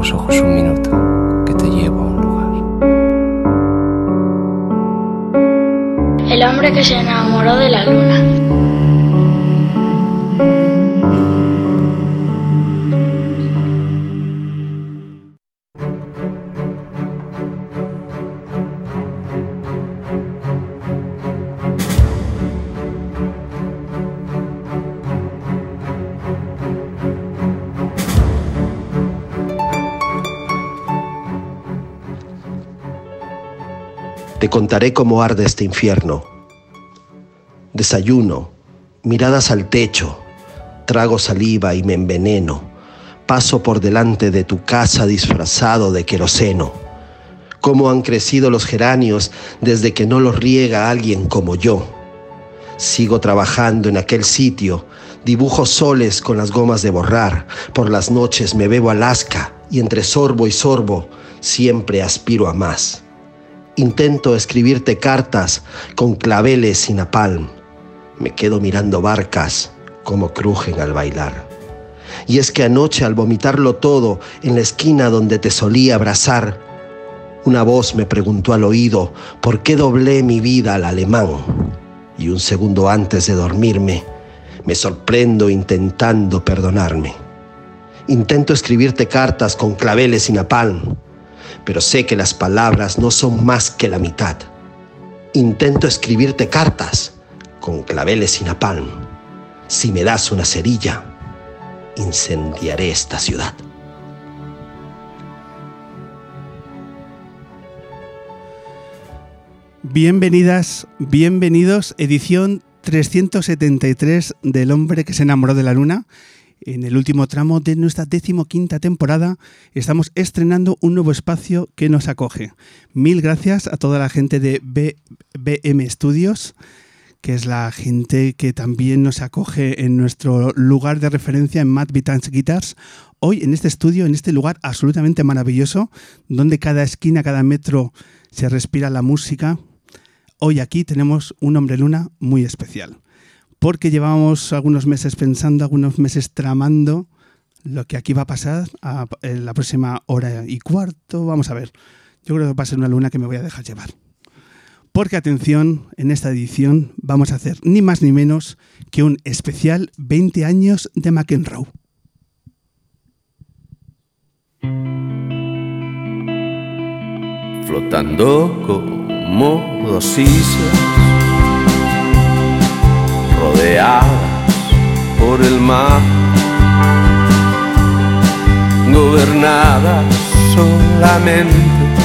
los ojos un minuto, que te llevo a un lugar. El hombre que se enamoró de la luna. Te contaré cómo arde este infierno. Desayuno, miradas al techo, trago saliva y me enveneno. Paso por delante de tu casa disfrazado de queroseno. Cómo han crecido los geranios desde que no los riega alguien como yo. Sigo trabajando en aquel sitio, dibujo soles con las gomas de borrar. Por las noches me bebo Alaska y entre sorbo y sorbo siempre aspiro a más. Intento escribirte cartas con claveles y napalm. Me quedo mirando barcas como crujen al bailar. Y es que anoche al vomitarlo todo en la esquina donde te solía abrazar, una voz me preguntó al oído por qué doblé mi vida al alemán. Y un segundo antes de dormirme, me sorprendo intentando perdonarme. Intento escribirte cartas con claveles y napalm, pero sé que las palabras no son más que la mitad. Intento escribirte cartas con claveles y napalm. Si me das una cerilla, incendiaré esta ciudad. Bienvenidas, bienvenidos, edición 373 del hombre que se enamoró de la luna. En el último tramo de nuestra 15ª temporada estamos estrenando un nuevo espacio que nos acoge. Mil gracias a toda la gente de BM Studios, que es la gente que también nos acoge en nuestro lugar de referencia en Matt Vitans Guitars. Hoy en este estudio, en este lugar absolutamente maravilloso, donde cada esquina, cada metro se respira la música. Hoy aquí tenemos un hombre luna muy especial, porque llevamos algunos meses pensando, algunos meses tramando lo que aquí va a pasar en la próxima hora y cuarto. Vamos a ver, yo creo que va a ser una luna que me voy a dejar llevar. Porque atención, en esta edición vamos a hacer ni más ni menos que un especial 20 años de McEnroe. Flotando como dos islas rodeadas por el mar, gobernadas solamente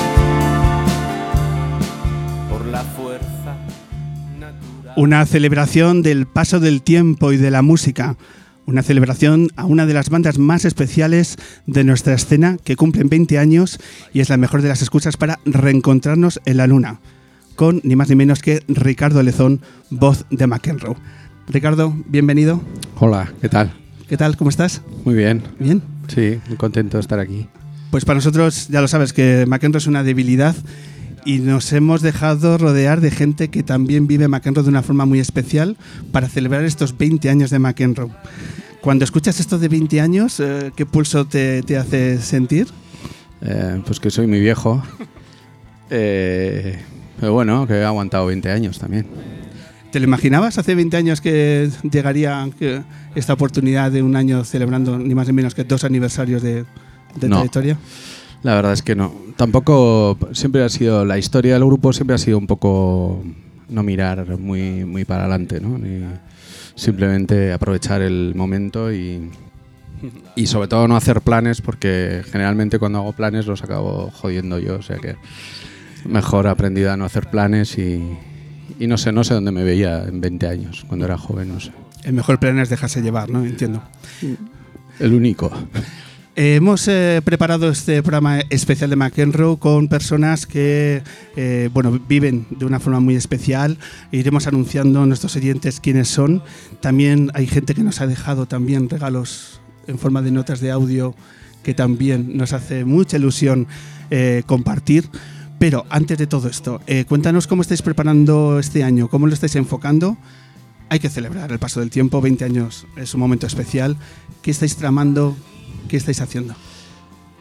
por la fuerza natural. Una celebración del paso del tiempo y de la música. Una celebración a una de las bandas más especiales de nuestra escena, que cumplen 20 años y es la mejor de las excusas para reencontrarnos en la luna, con ni más ni menos que Ricardo Lezón, voz de McEnroe. Ricardo, bienvenido. Hola, ¿qué tal? ¿Qué tal? ¿Cómo estás? Muy bien. ¿Bien? Sí, muy contento de estar aquí. Pues para nosotros, ya lo sabes, que McEnroe es una debilidad y nos hemos dejado rodear de gente que también vive McEnroe de una forma muy especial para celebrar estos 20 años de McEnroe. Cuando escuchas esto de 20 años, ¿qué pulso te hace sentir? Pues que soy muy viejo, pero bueno, que he aguantado 20 años también. ¿Te lo imaginabas hace 20 años que llegaría esta oportunidad de un año celebrando ni más ni menos que 2 aniversarios de trayectoria? La verdad es que no. Tampoco siempre ha sido, la historia del grupo siempre ha sido un poco no mirar muy para adelante, ¿no? Ni simplemente aprovechar el momento y sobre todo no hacer planes, porque generalmente cuando hago planes los acabo jodiendo yo, o sea que mejor he aprendido a no hacer planes y no sé dónde me veía en 20 años, cuando era joven, no sé. El mejor plan es dejarse llevar, ¿no? Entiendo. El único. Hemos preparado este programa especial de McEnroe con personas que viven de una forma muy especial. Iremos anunciando a nuestros oyentes quiénes son. También hay gente que nos ha dejado también regalos en forma de notas de audio que también nos hace mucha ilusión compartir. Pero antes de todo esto, cuéntanos cómo estáis preparando este año, cómo lo estáis enfocando. Hay que celebrar el paso del tiempo, 20 años es un momento especial. ¿Qué estáis tramando? ¿Qué estáis haciendo?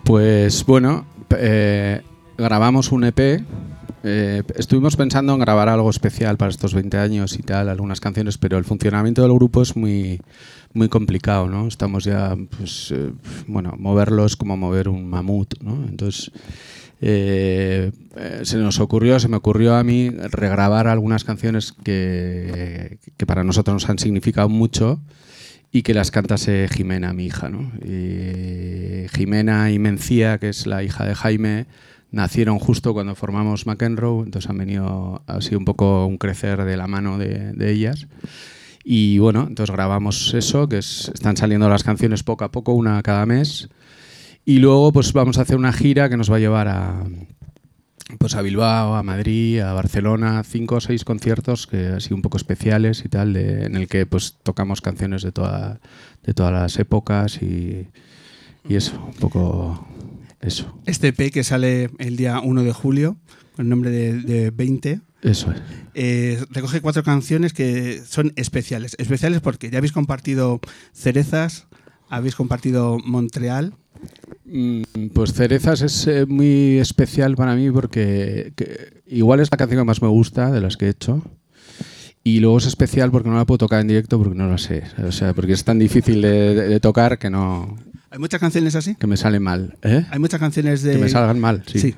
Pues bueno, grabamos un EP. Estuvimos pensando en grabar algo especial para estos 20 años y tal, algunas canciones, pero el funcionamiento del grupo es muy, muy complicado, ¿no? Estamos ya, pues, moverlo es como mover un mamut, ¿no? Entonces, se me ocurrió a mí regrabar algunas canciones que para nosotros nos han significado mucho y que las cantase Jimena, mi hija, ¿no? Y Jimena y Mencía, que es la hija de Jaime, nacieron justo cuando formamos McEnroe, entonces ha sido un poco un crecer de la mano de ellas. Y bueno, entonces grabamos eso, están saliendo las canciones poco a poco, una cada mes. Y luego pues vamos a hacer una gira que nos va a llevar a Bilbao, a Madrid, a Barcelona, 5 o 6 conciertos que han sido un poco especiales y tal, en el que pues tocamos canciones de todas las épocas y eso, un poco eso. Este EP que sale el día 1 de julio, con el nombre de 20. Eso es. Recoge 4 canciones que son especiales. Especiales porque ya habéis compartido Cerezas, habéis compartido Montreal. Pues Cerezas es muy especial para mí porque igual es la canción que más me gusta de las que he hecho. Y luego es especial porque no la puedo tocar en directo porque no la sé. O sea, porque es tan difícil de tocar que no... ¿Hay muchas canciones así? Que me salen mal. ¿Eh? Hay muchas canciones de... Que me salgan mal, sí.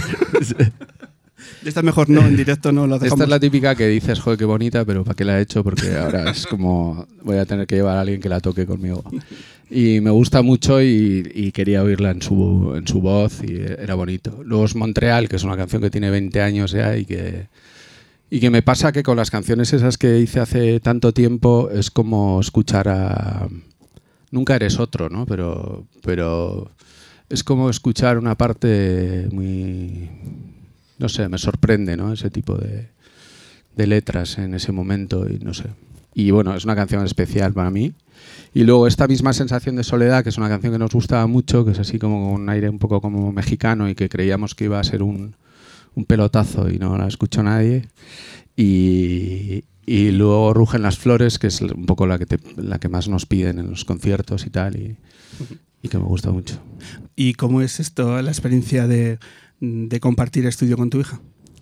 Esta mejor no, en directo no lo dejamos. Esta es la típica que dices, joder, qué bonita, pero ¿para qué la he hecho? Porque ahora es como voy a tener que llevar a alguien que la toque conmigo. Y me gusta mucho y quería oírla en su voz y era bonito. Luego es Montreal, que es una canción que tiene 20 años ya y que me pasa que con las canciones esas que hice hace tanto tiempo es como escuchar a... Nunca eres otro, ¿no? Pero es como escuchar una parte muy... No sé, me sorprende, ¿no? Ese tipo de letras en ese momento y no sé. Y bueno, es una canción especial para mí. Y luego esta misma sensación de soledad, que es una canción que nos gustaba mucho, que es así como con un aire un poco como mexicano y que creíamos que iba a ser un pelotazo y no la escuchó nadie. Y luego Rugen las flores, que es un poco la que más nos piden en los conciertos y tal, y que me gusta mucho. ¿Y cómo es esto, la experiencia de compartir estudio con tu hija?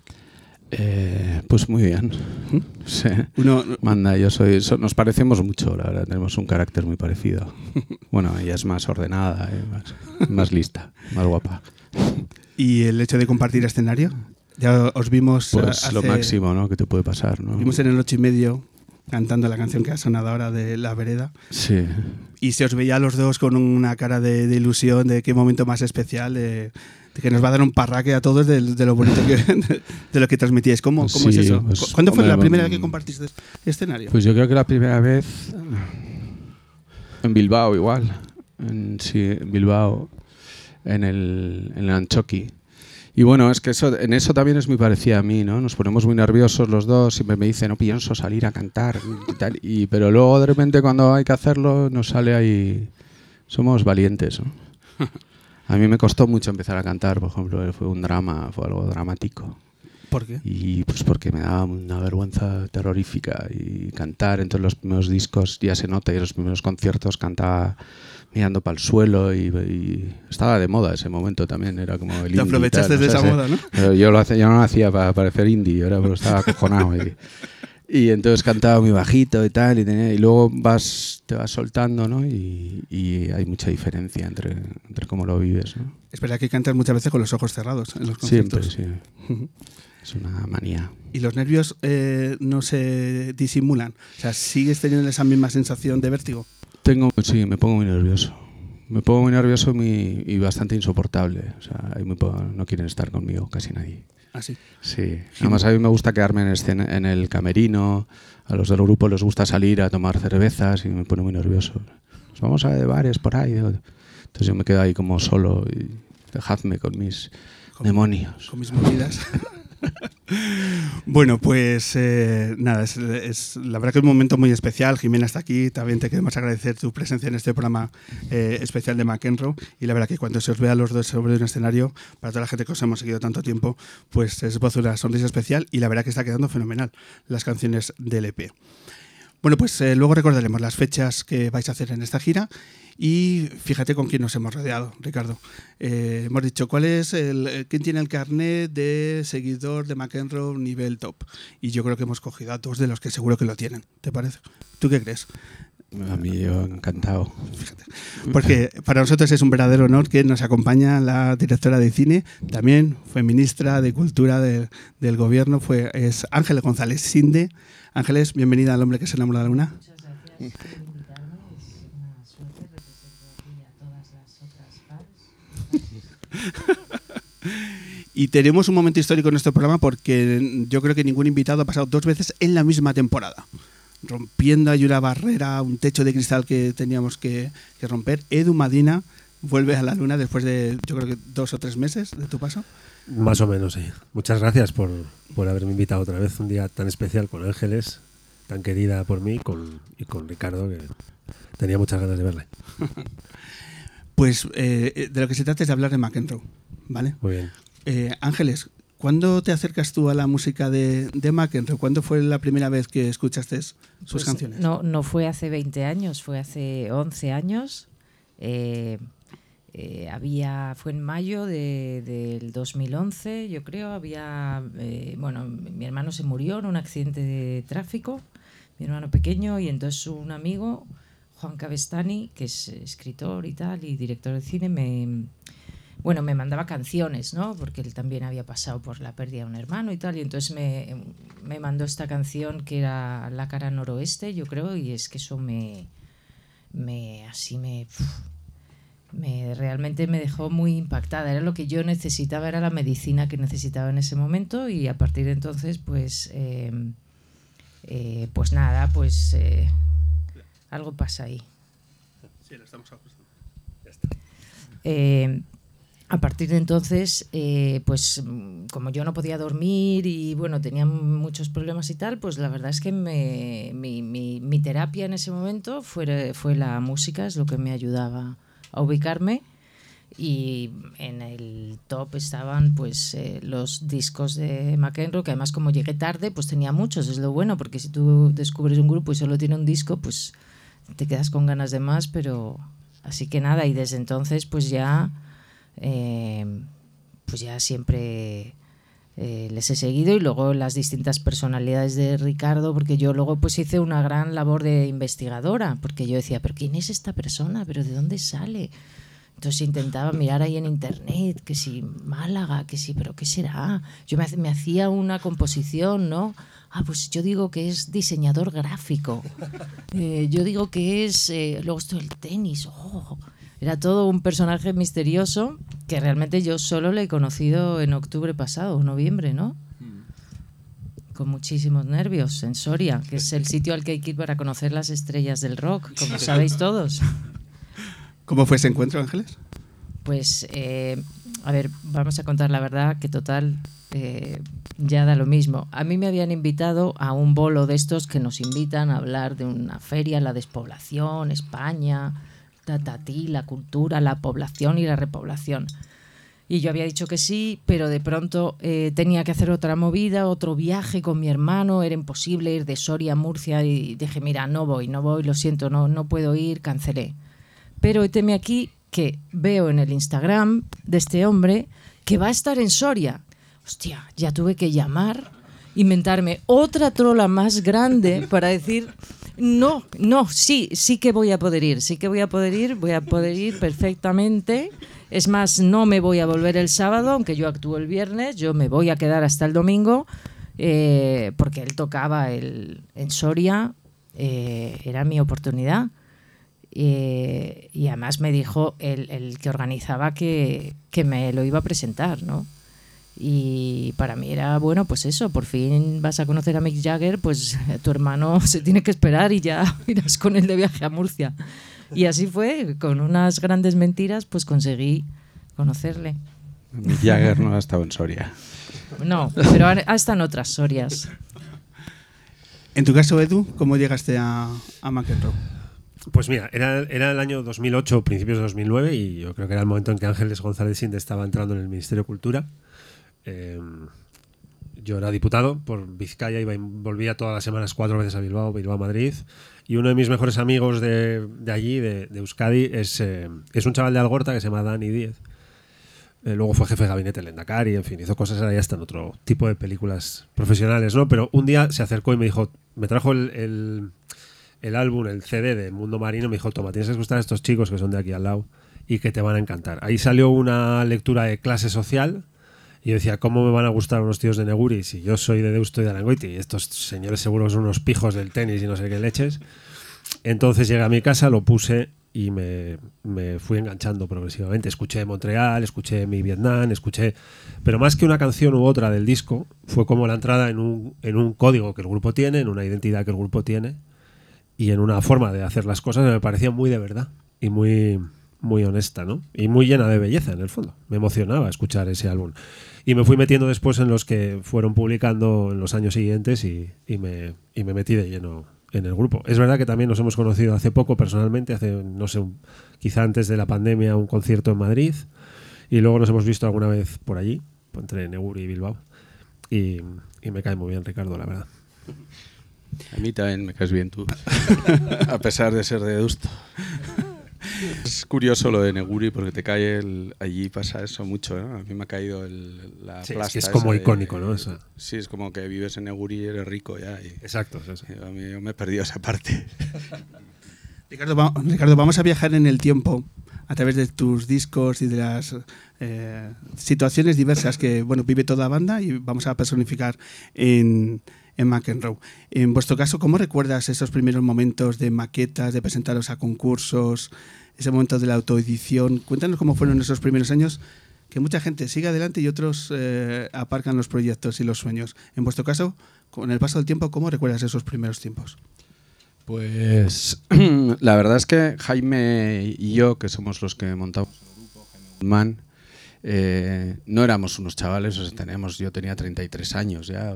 Pues muy bien. Sí. Manda, nos parecemos mucho, la verdad, tenemos un carácter muy parecido. Bueno, ella es más ordenada, más lista, más guapa. ¿Y el hecho de compartir escenario? Ya os vimos... Pues lo máximo, ¿no? Que te puede pasar, ¿no? Vimos en el 8:30 cantando la canción que ha sonado ahora de La Vereda. Sí. Y se os veía a los dos con una cara de ilusión, de qué momento más especial, de que nos va a dar un parraque a todos de lo bonito de lo que transmitíais. ¿Cómo es eso? Pues, ¿Cuándo fue la primera vez que compartiste escenario? Pues yo creo que la primera vez en Bilbao igual. En Bilbao, en el Antxoki. Y bueno, es que en eso también es muy parecida a mí, ¿no? Nos ponemos muy nerviosos los dos, siempre me dicen, no pienso salir a cantar y tal. Pero luego de repente cuando hay que hacerlo nos sale ahí, somos valientes, ¿no? A mí me costó mucho empezar a cantar, por ejemplo, fue algo dramático. ¿Por qué? Y pues porque me daba una vergüenza terrorífica y cantar. Entonces los primeros discos ya se nota y en los primeros conciertos cantaba mirando para el suelo y estaba de moda ese momento también, era como el indie. Te aprovechaste de esa moda, ¿no? Pero yo no lo hacía para parecer indie, yo era porque estaba acojonado. Y entonces cantaba muy bajito y tal, y luego te vas soltando, ¿no? Y hay mucha diferencia entre cómo lo vives, ¿no? Es verdad que cantas muchas veces con los ojos cerrados en los conciertos. Siempre, sí. Es una manía. ¿Y los nervios no se disimulan? O sea, ¿sigues teniendo esa misma sensación de vértigo? Sí, me pongo muy nervioso. Me pongo muy nervioso y bastante insoportable. O sea, no quieren estar conmigo casi nadie. ¿Ah, sí? Sí. Además a mí me gusta quedarme en el camerino. A los del grupo les gusta salir a tomar cervezas y me pone muy nervioso. Nos vamos a de bares por ahí. Entonces yo me quedo ahí como solo y dejadme con mis demonios. Con mis movidas. Bueno, pues nada, es la verdad que es un momento muy especial. Jimena está aquí, también te queremos agradecer tu presencia en este programa especial de McEnroe, y la verdad que cuando se os vea a los dos sobre un escenario, para toda la gente que os hemos seguido tanto tiempo, pues es voz una sonrisa especial, y la verdad que está quedando fenomenal las canciones del EP. Bueno, pues luego recordaremos las fechas que vais a hacer en esta gira y fíjate con quién nos hemos rodeado, Ricardo. Hemos dicho, ¿quién tiene el carnet de seguidor de McEnroe nivel top? Y yo creo que hemos cogido a dos de los que seguro que lo tienen, ¿te parece? ¿Tú qué crees? A mí yo encantado. Fíjate. Porque para nosotros es un verdadero honor que nos acompaña la directora de cine, también fue ministra de Cultura del gobierno, es Ángeles González Sinde. Ángeles, bienvenida al Hombre que se enamora de la Luna. Muchas gracias por invitarme, es una suerte representar aquí a todas las otras fans. Y tenemos un momento histórico en nuestro programa porque yo creo que ningún invitado ha pasado 2 veces en la misma temporada, rompiendo ahí una barrera, un techo de cristal que teníamos que romper. Edu Madina vuelve a la Luna después de, yo creo que 2 o 3 meses de tu paso. Más o menos, sí. Muchas gracias por haberme invitado otra vez un día tan especial con Ángeles, tan querida por mí, y con Ricardo, que tenía muchas ganas de verle. Pues de lo que se trata es de hablar de McEnroe, ¿vale? Muy bien. Ángeles, ¿cuándo te acercas tú a la música de McEnroe? ¿Cuándo fue la primera vez que escuchaste sus canciones? No fue hace 20 años, fue hace 11 años. Fue en mayo del 2011, yo creo. Mi hermano se murió en un accidente de tráfico, mi hermano pequeño, y entonces un amigo, Juan Cavestani, que es escritor y tal, y director de cine, me mandaba canciones, ¿no? Porque él también había pasado por la pérdida de un hermano y tal, y entonces me mandó esta canción que era La cara noroeste, yo creo, y es que eso realmente me dejó muy impactada. Era lo que yo necesitaba, era la medicina que necesitaba en ese momento, y a partir de entonces algo pasa ahí. Sí, lo estamos ajustando. Ya está. A partir de entonces, como yo no podía dormir y bueno, tenía muchos problemas y tal, pues la verdad es que mi terapia en ese momento fue la música, es lo que me ayudaba a ubicarme. Y en el top estaban los discos de McEnroe, que además como llegué tarde pues tenía muchos, es lo bueno, porque si tú descubres un grupo y solo tiene un disco pues te quedas con ganas de más, pero así que nada, y desde entonces pues ya siempre les he seguido, y luego las distintas personalidades de Ricardo, porque yo luego pues hice una gran labor de investigadora, porque yo decía, pero ¿quién es esta persona? ¿Pero de dónde sale? Entonces intentaba mirar ahí en internet, que si Málaga, que sí, pero ¿qué será? Yo me hacía una composición, ¿no? Pues yo digo que es diseñador gráfico. Yo digo que es... luego esto del tenis. Era todo un personaje misterioso que realmente yo solo le he conocido en octubre pasado, noviembre, ¿no? Con muchísimos nervios, en Soria, que es el sitio al que hay que ir para conocer las estrellas del rock, como sabéis todos. ¿Cómo fue ese encuentro, Ángeles? Pues, vamos a contar la verdad, que total, ya da lo mismo. A mí me habían invitado a un bolo de estos que nos invitan a hablar de una feria, la despoblación, España, la cultura, la población y la repoblación. Y yo había dicho que sí, pero de pronto tenía que hacer otra movida, otro viaje con mi hermano, era imposible ir de Soria a Murcia, y dije, mira, no voy, lo siento, no puedo ir, cancelé. Pero héteme aquí que veo en el Instagram de este hombre que va a estar en Soria. Hostia, ya tuve que llamar, inventarme otra trola más grande para decir, sí que voy a poder ir, voy a poder ir perfectamente. Es más, no me voy a volver el sábado, aunque yo actúo el viernes, yo me voy a quedar hasta el domingo, porque él tocaba en Soria, era mi oportunidad. Y además me dijo el que organizaba que me lo iba a presentar, ¿no? Y para mí era, bueno, pues eso, por fin vas a conocer a Mick Jagger, pues tu hermano se tiene que esperar y ya irás con él de viaje a Murcia. Y así fue, con unas grandes mentiras, pues conseguí conocerle. Mick Jagger no ha estado en Soria. No, pero ha estado en otras Sorias. En tu caso, Edu, ¿cómo llegaste a McEnroe? Pues mira, era el año 2008, principios de 2009, y yo creo que era el momento en que Ángeles González Sinde estaba entrando en el Ministerio de Cultura. yo era diputado por Vizcaya, volvía todas las semanas 4 veces a Bilbao, Madrid, y uno de mis mejores amigos de allí, de Euskadi, es un chaval de Algorta que se llama Dani Díez. Luego fue jefe de gabinete del Lehendakari, en fin, hizo cosas, ahora ya está en otro tipo de películas profesionales, ¿no? Pero un día se acercó y me dijo, me trajo el álbum, el CD de Mundo Marino, me dijo, toma, tienes que escuchar a estos chicos que son de aquí al lado y que te van a encantar. Ahí salió una lectura de clase social y yo decía, ¿cómo me van a gustar unos tíos de Neguri si yo soy de Deusto y de Arangoiti y estos señores seguro son unos pijos del tenis y no sé qué leches? Entonces llegué a mi casa, lo puse y me fui enganchando progresivamente. Escuché Montreal, escuché Mi Vietnam, pero más que una canción u otra del disco, fue como la entrada en un código que el grupo tiene, en una identidad que el grupo tiene y en una forma de hacer las cosas que me parecía muy de verdad y muy, muy honesta, ¿no? Y muy llena de belleza, en el fondo. Me emocionaba escuchar ese álbum. Y me fui metiendo después en los que fueron publicando en los años siguientes y me metí de lleno en el grupo. Es verdad que también nos hemos conocido hace poco personalmente, no sé, quizá antes de la pandemia, un concierto en Madrid, y luego nos hemos visto alguna vez por allí, entre Neguri y Bilbao, y me cae muy bien Ricardo, la verdad. A mí también me caes bien tú, a pesar de ser de Deusto. Es curioso lo de Neguri porque te cae allí pasa eso mucho, ¿no? A mí me ha caído la sí, plasta. Es como icónico, ¿no? Sí, es como que vives en Neguri y eres rico ya. Exacto, es eso. A mí yo me he perdido esa parte. Ricardo, vamos a viajar en el tiempo a través de tus discos y de las situaciones diversas que vive toda banda y vamos a personificar en McEnroe. En vuestro caso, ¿cómo recuerdas esos primeros momentos de maquetas, de presentaros a concursos, ese momento de la autoedición? Cuéntanos cómo fueron esos primeros años, que mucha gente sigue adelante y otros aparcan los proyectos y los sueños. En vuestro caso, con el paso del tiempo, ¿cómo recuerdas esos primeros tiempos? Pues la verdad es que Jaime y yo, que somos los que montamos el grupo, Jaime Guzmán, no éramos unos chavales, o sea, yo tenía 33 años ya,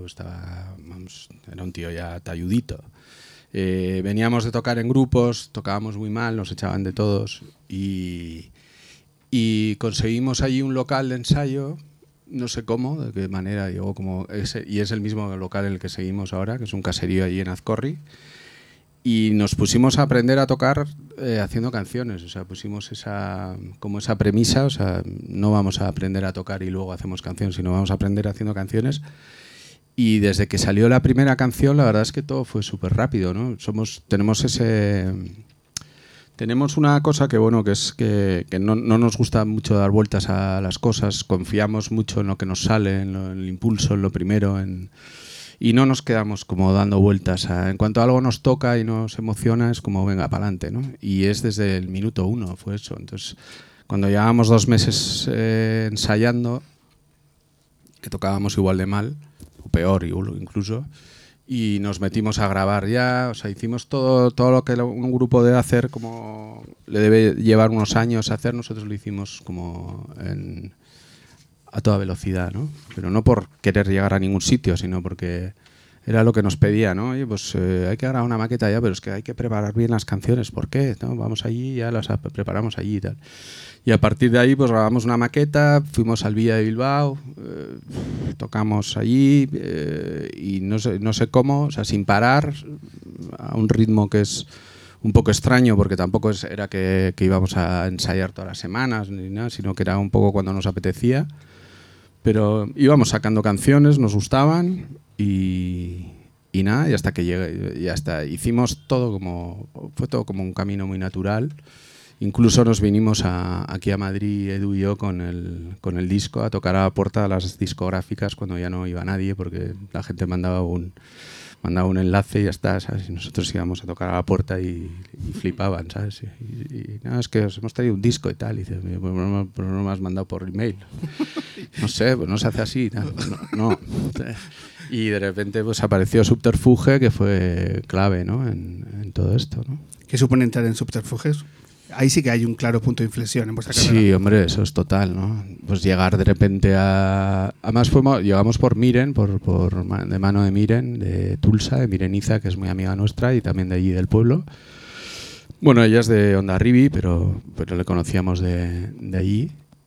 era un tío ya talludito. Veníamos de tocar en grupos, tocábamos muy mal, nos echaban de todos y conseguimos allí un local de ensayo, no sé cómo, de qué manera llegó como ese, y es el mismo local en el que seguimos ahora, que es un caserío allí en Azcorri. Y nos pusimos a aprender a tocar haciendo canciones, o sea, pusimos esa premisa, o sea, no vamos a aprender a tocar y luego hacemos canciones, sino vamos a aprender haciendo canciones. Y desde que salió la primera canción, la verdad es que todo fue súper rápido, ¿no? Tenemos una cosa que es que no nos gusta mucho dar vueltas a las cosas, confiamos mucho en lo que nos sale, en el impulso, en lo primero, y no nos quedamos como dando vueltas. En cuanto algo nos toca y nos emociona, es como venga, para adelante, ¿no? Y es desde el minuto 1, fue eso. Entonces, cuando llevábamos 2 meses ensayando, que tocábamos igual de mal, o peor incluso, y nos metimos a grabar ya, o sea, hicimos todo lo que un grupo debe hacer, como le debe llevar unos años hacer, nosotros lo hicimos como a toda velocidad, ¿no? Pero no por querer llegar a ningún sitio, sino porque era lo que nos pedía, ¿no? Oye, pues hay que grabar una maqueta ya, pero es que hay que preparar bien las canciones. ¿Por qué? ¿No? Vamos allí, ya las preparamos allí y tal. Y a partir de ahí, pues grabamos una maqueta, fuimos al Villa de Bilbao, tocamos allí y no sé cómo, o sea, sin parar, a un ritmo que es un poco extraño, porque tampoco era que íbamos a ensayar todas las semanas ni nada, sino que era un poco cuando nos apetecía. Pero íbamos sacando canciones, nos gustaban y nada, y hasta que llegué, y hasta hicimos fue todo como un camino muy natural. Incluso nos vinimos aquí a Madrid, Edu y yo, con el disco, a tocar a la puerta de las discográficas cuando ya no iba nadie, porque la gente mandaba un enlace y ya está, ¿sabes? Y nosotros íbamos a tocar a la puerta y flipaban, ¿sabes? Y nada, es que os hemos traído un disco y tal. Y dices, pues no me has mandado por email. No sé, pues no se hace así. No. Y de repente pues apareció Subterfuge, que fue clave, ¿no? en todo esto, ¿no? ¿Qué supone entrar en Subterfuges? Ahí sí que hay un claro punto de inflexión en vuestra carrera. Sí, hombre, eso es total, ¿no? Pues llegar de repente Además llegamos por Miren, de mano de Miren, de Tulsa, de Mireniza, que es muy amiga nuestra y también de allí del pueblo. Bueno, ella es de Hondarribi, pero le conocíamos de allí.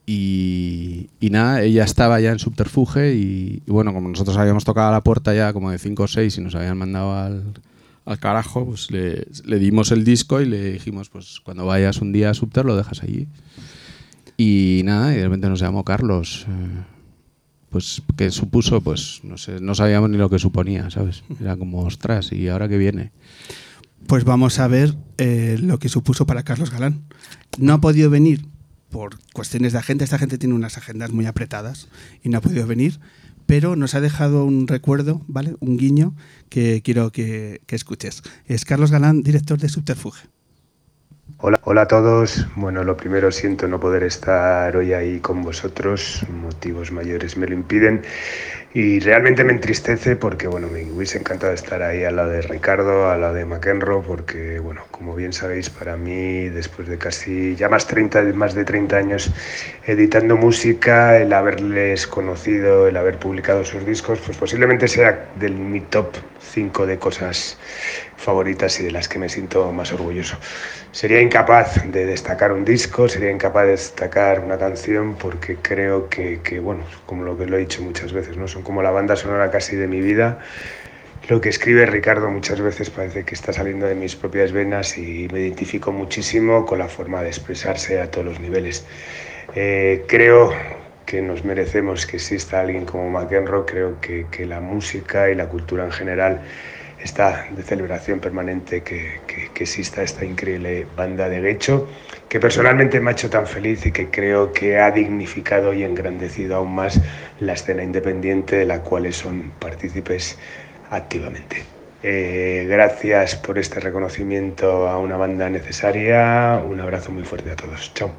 Y nada, ella estaba ya en Subterfuge y bueno, como nosotros habíamos tocado a la puerta ya como de 5 o 6 y nos habían mandado al carajo, pues le dimos el disco y le dijimos, pues cuando vayas un día a Subter lo dejas allí. Y nada, y de repente nos llamó Carlos. Pues que supuso, pues no sé, no sabíamos ni lo que suponía, ¿sabes? Era como, ostras, ¿y ahora qué viene? Pues vamos a ver lo que supuso para Carlos Galán. No ha podido venir por cuestiones de agenda. Esta gente tiene unas agendas muy apretadas y no ha podido venir, pero nos ha dejado un recuerdo, ¿vale? Un guiño que quiero que escuches. Es Carlos Galán, director de Subterfuge. Hola a todos. Bueno, lo primero, siento no poder estar hoy ahí con vosotros, motivos mayores me lo impiden y realmente me entristece porque, bueno, me hubiese encantado estar ahí al lado de Ricardo, al lado de McEnroe, porque, bueno, como bien sabéis, para mí, después de casi ya más de 30 años editando música, el haberles conocido, el haber publicado sus discos, pues posiblemente sea de mi top 5 de cosas favoritas y de las que me siento más orgulloso. Sería incapaz de destacar un disco, sería incapaz de destacar una canción porque creo que bueno, como lo que lo he dicho muchas veces, ¿no? Son como la banda sonora casi de mi vida. Lo que escribe Ricardo muchas veces parece que está saliendo de mis propias venas y me identifico muchísimo con la forma de expresarse a todos los niveles. Creo que nos merecemos que exista alguien como McEnroe, creo que la música y la cultura en general está de celebración permanente que exista esta increíble banda de Guecho, que personalmente me ha hecho tan feliz y que creo que ha dignificado y engrandecido aún más la escena independiente de la cual son partícipes activamente. Gracias por este reconocimiento a una banda necesaria. Un abrazo muy fuerte a todos. Chao.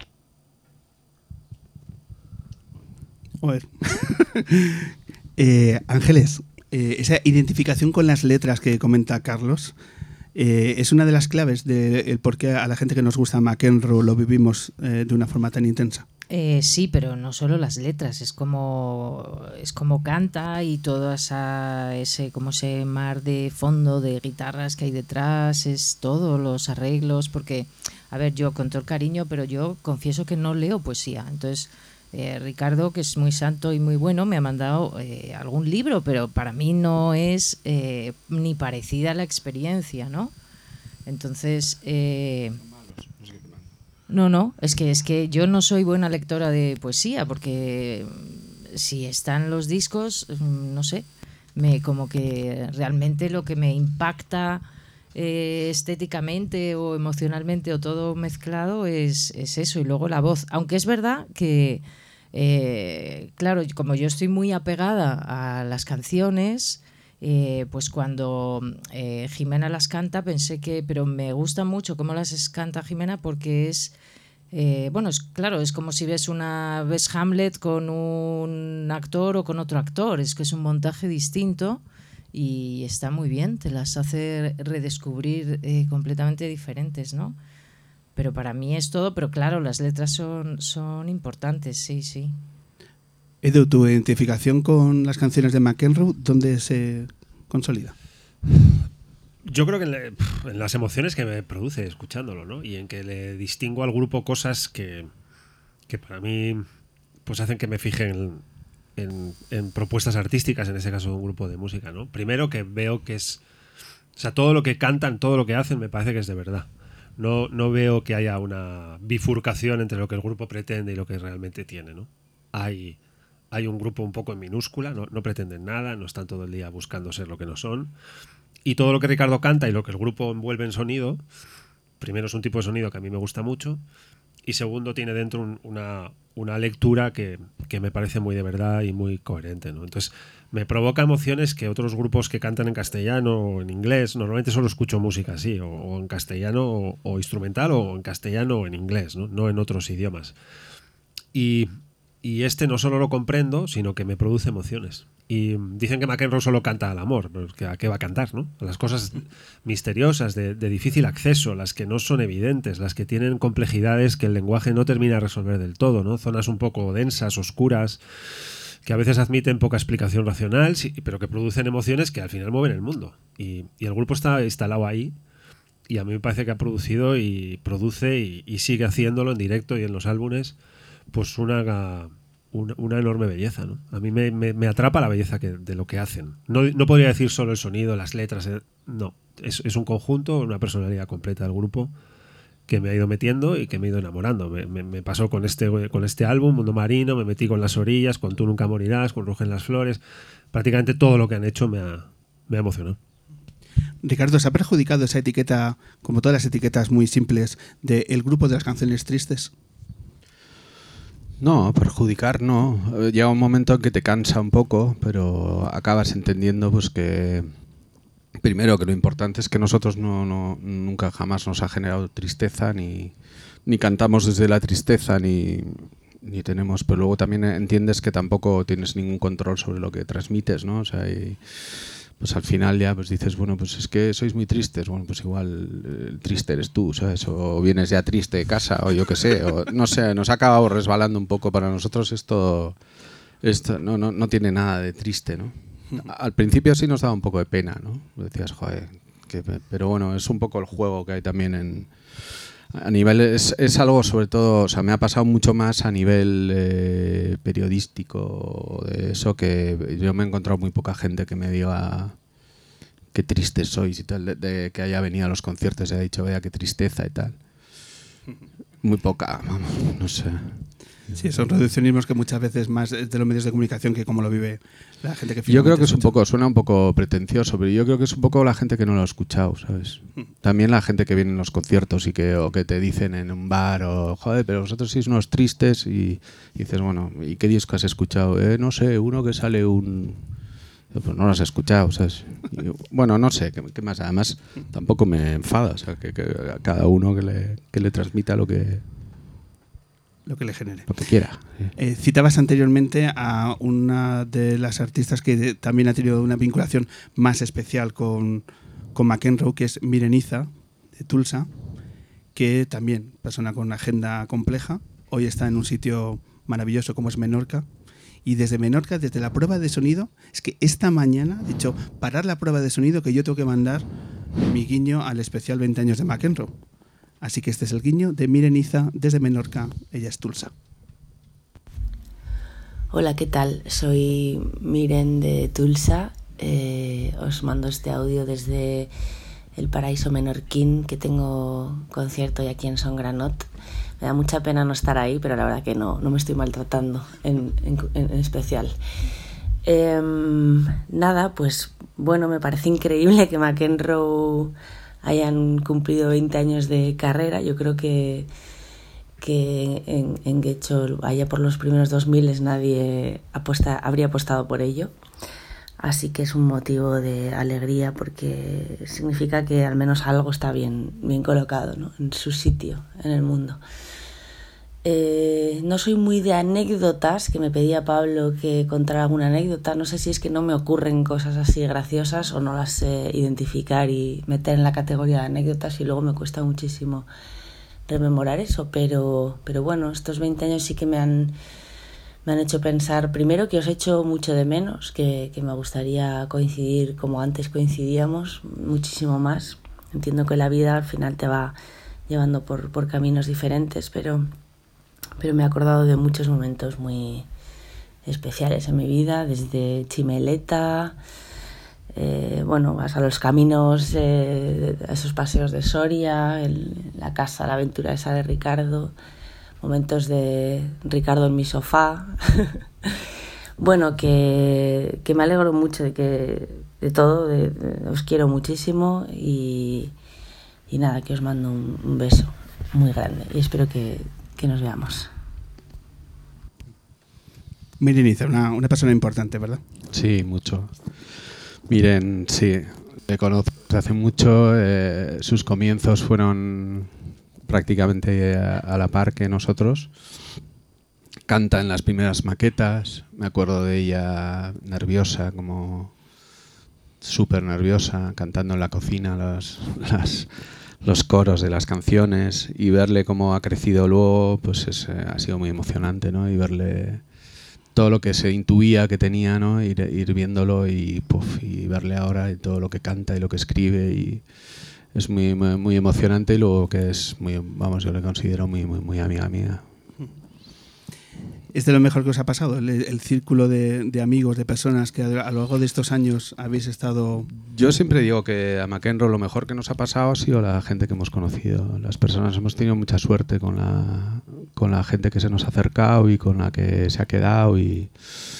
Ángeles, esa identificación con las letras que comenta Carlos es una de las claves del por qué a la gente que nos gusta McEnroe lo vivimos de una forma tan intensa. Sí, pero no solo las letras, es como canta y todo ese mar de fondo de guitarras que hay detrás, es todo, los arreglos, porque, a ver, yo con todo el cariño, pero yo confieso que no leo poesía, entonces Ricardo, que es muy santo y muy bueno, me ha mandado algún libro, pero para mí no es ni parecida a la experiencia, ¿no? Entonces... No, es que yo no soy buena lectora de poesía, porque si están los discos, no sé, como que realmente lo que me impacta estéticamente o emocionalmente o todo mezclado es eso, y luego la voz. Aunque es verdad que, claro, como yo estoy muy apegada a las canciones... pues cuando Jimena las canta pensé pero me gusta mucho cómo las canta Jimena porque es claro, es como si ves Hamlet con un actor o con otro actor, es que es un montaje distinto y está muy bien, te las hace redescubrir completamente diferentes, ¿no? Pero para mí es todo, pero claro, las letras son importantes, sí. Edu, ¿tu identificación con las canciones de McEnroe dónde se consolida? Yo creo que en las emociones que me produce escuchándolo, ¿no? Y en que le distingo al grupo cosas que para mí pues hacen que me fije en propuestas artísticas, en ese caso un grupo de música, ¿no? Primero que veo que es... O sea, todo lo que cantan, todo lo que hacen me parece que es de verdad. No veo que haya una bifurcación entre lo que el grupo pretende y lo que realmente tiene, ¿no? Hay un grupo un poco en minúscula, no pretenden nada, no están todo el día buscando ser lo que no son. Y todo lo que Ricardo canta y lo que el grupo envuelve en sonido, primero es un tipo de sonido que a mí me gusta mucho y segundo tiene dentro una lectura que me parece muy de verdad y muy coherente, ¿no? Entonces me provoca emociones que otros grupos que cantan en castellano o en inglés, normalmente solo escucho música así, o en castellano o instrumental o en castellano o en inglés, no en otros idiomas. Y este no solo lo comprendo, sino que me produce emociones. Y dicen que McEnroe solo canta al amor, pero ¿a qué va a cantar, no? Las cosas misteriosas, de difícil acceso, las que no son evidentes, las que tienen complejidades que el lenguaje no termina de resolver del todo, ¿no? Zonas un poco densas, oscuras, que a veces admiten poca explicación racional, sí, pero que producen emociones que al final mueven el mundo. Y el grupo está instalado ahí, y a mí me parece que ha producido y produce y sigue haciéndolo en directo y en los álbumes, pues una enorme belleza, ¿no? A mí me atrapa la belleza de lo que hacen. No podría decir solo el sonido, las letras, no. Es un conjunto, una personalidad completa del grupo que me ha ido metiendo y que me ha ido enamorando. Me pasó con este álbum, Mundo Marino, me metí con Las Orillas, con Tú Nunca Morirás, con Rugen las Flores. Prácticamente todo lo que han hecho me ha emocionado. Ricardo, ¿se ha perjudicado esa etiqueta, como todas las etiquetas muy simples, de el grupo de las canciones tristes? No, perjudicar no. Llega un momento en que te cansa un poco, pero acabas entendiendo pues que primero que lo importante es que nosotros nunca jamás nos ha generado tristeza, ni cantamos desde la tristeza, ni tenemos, pero luego también entiendes que tampoco tienes ningún control sobre lo que transmites, ¿no? O sea, pues al final ya pues dices, bueno, pues es que sois muy tristes, bueno, pues igual triste eres tú, ¿sabes? O vienes ya triste de casa, o yo qué sé, o no sé, nos ha acabado resbalando un poco. Para nosotros esto no tiene nada de triste, ¿no? Al principio sí nos daba un poco de pena, ¿no? Decías, joder, pero bueno, es un poco el juego que hay también a nivel, es algo sobre todo, o sea, me ha pasado mucho más a nivel periodístico de eso, que yo me he encontrado muy poca gente que me diga qué tristes sois y tal, de que haya venido a los conciertos y haya dicho, vaya, qué tristeza y tal. Muy poca, vamos, no sé. Sí, son reduccionismos que muchas veces más de los medios de comunicación que como lo vive la gente que yo creo que escucha. suena un poco pretencioso, pero yo creo que es un poco la gente que no lo ha escuchado, ¿sabes? También la gente que viene en los conciertos o que te dicen en un bar, o joder, pero vosotros sois unos tristes, y dices, bueno, ¿y qué disco has escuchado? No sé, uno que sale pues no lo has escuchado, ¿sabes? Bueno, no sé, ¿qué más? Además, tampoco me enfada, o sea, que a cada uno que le transmita lo que le genere. Lo que quiera. Citabas anteriormente a una de las artistas que también ha tenido una vinculación más especial con McEnroe, que es Mireniza, de Tulsa, que también, persona con una agenda compleja, hoy está en un sitio maravilloso como es Menorca. Y desde Menorca, desde la prueba de sonido, es que esta mañana, de hecho, parar la prueba de sonido, que yo tengo que mandar mi guiño al especial 20 años de McEnroe. Así que este es el guiño de Mireniza desde Menorca, ella es Tulsa. Hola, ¿qué tal? Soy Miren de Tulsa. Os mando este audio desde el paraíso menorquín, que tengo concierto hoy aquí en Son Granot. Me da mucha pena no estar ahí, pero la verdad que no me estoy maltratando en especial. Nada, pues bueno, me parece increíble que McEnroe hayan cumplido 20 años de carrera. Yo creo que en Getxo, allá por los primeros 2000, nadie habría apostado por ello. Así que es un motivo de alegría, porque significa que al menos algo está bien colocado, ¿no? En su sitio en el mundo. No soy muy de anécdotas, que me pedía Pablo que contara alguna anécdota. No sé si es que no me ocurren cosas así graciosas o no las sé identificar y meter en la categoría de anécdotas, y luego me cuesta muchísimo rememorar eso, pero bueno, estos 20 años sí que me han hecho pensar, primero, que os echo mucho de menos, que me gustaría coincidir como antes coincidíamos, muchísimo más. Entiendo que la vida al final te va llevando por caminos diferentes, pero me he acordado de muchos momentos muy especiales en mi vida, desde Chimeleta, vas a los caminos, a esos paseos de Soria, la casa, la aventura esa de Ricardo, momentos de Ricardo en mi sofá. Bueno, que me alegro mucho de todo, os quiero muchísimo, y nada, que os mando un beso muy grande y espero que nos veamos. Mireniza, una persona importante, ¿verdad? Sí, mucho. Miren, sí, le conozco desde hace mucho. Sus comienzos fueron prácticamente a la par que nosotros. Canta en las primeras maquetas. Me acuerdo de ella nerviosa, como súper nerviosa, cantando en la cocina los coros de las canciones, y verle cómo ha crecido luego, pues ha sido muy emocionante, ¿no? Y verle todo lo que se intuía que tenía, ¿no? Ir viéndolo y verle ahora y todo lo que canta y lo que escribe, y es muy, muy emocionante. Y luego que es muy, yo le considero muy, muy, muy amiga mía. ¿Es de lo mejor que os ha pasado? El círculo de amigos, de personas que a lo largo de estos años habéis estado... Yo siempre digo que a McEnroe lo mejor que nos ha pasado ha sido la gente que hemos conocido. Las personas hemos tenido mucha suerte con la gente que se nos ha acercado y con la que se ha quedado sí,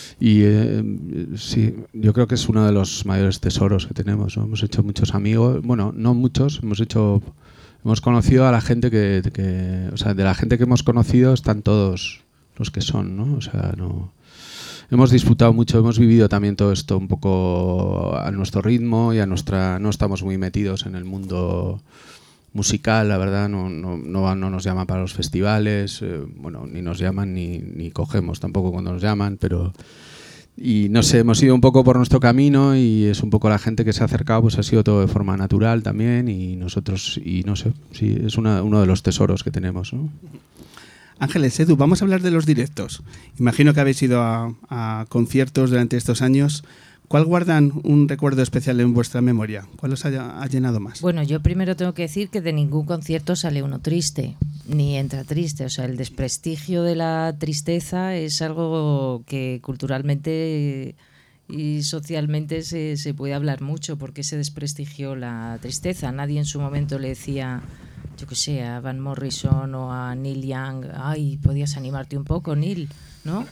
yo creo que es uno de los mayores tesoros que tenemos, ¿no? Hemos hecho muchos amigos, bueno, no muchos, hemos conocido a la gente o sea, de la gente que hemos conocido están todos los que son, ¿no? O sea, no... Hemos disfrutado mucho, hemos vivido también todo esto un poco a nuestro ritmo y no estamos muy metidos en el mundo musical, la verdad, no nos llaman para los festivales, bueno, ni nos llaman ni cogemos tampoco cuando nos llaman, pero... Y no sé, hemos ido un poco por nuestro camino y es un poco la gente que se ha acercado, pues ha sido todo de forma natural también y nosotros, y no sé, sí, es uno de los tesoros que tenemos, ¿no? Ángeles, Edu, vamos a hablar de los directos. Imagino que habéis ido a conciertos durante estos años. ¿Cuál guardan un recuerdo especial en vuestra memoria? ¿Cuál os ha llenado más? Bueno, yo primero tengo que decir que de ningún concierto sale uno triste, ni entra triste. O sea, el desprestigio de la tristeza es algo que culturalmente y socialmente se puede hablar mucho, porque se desprestigió la tristeza. Nadie en su momento le decía, yo qué sé, a Van Morrison o a Neil Young, ay, podías animarte un poco, Neil, ¿no?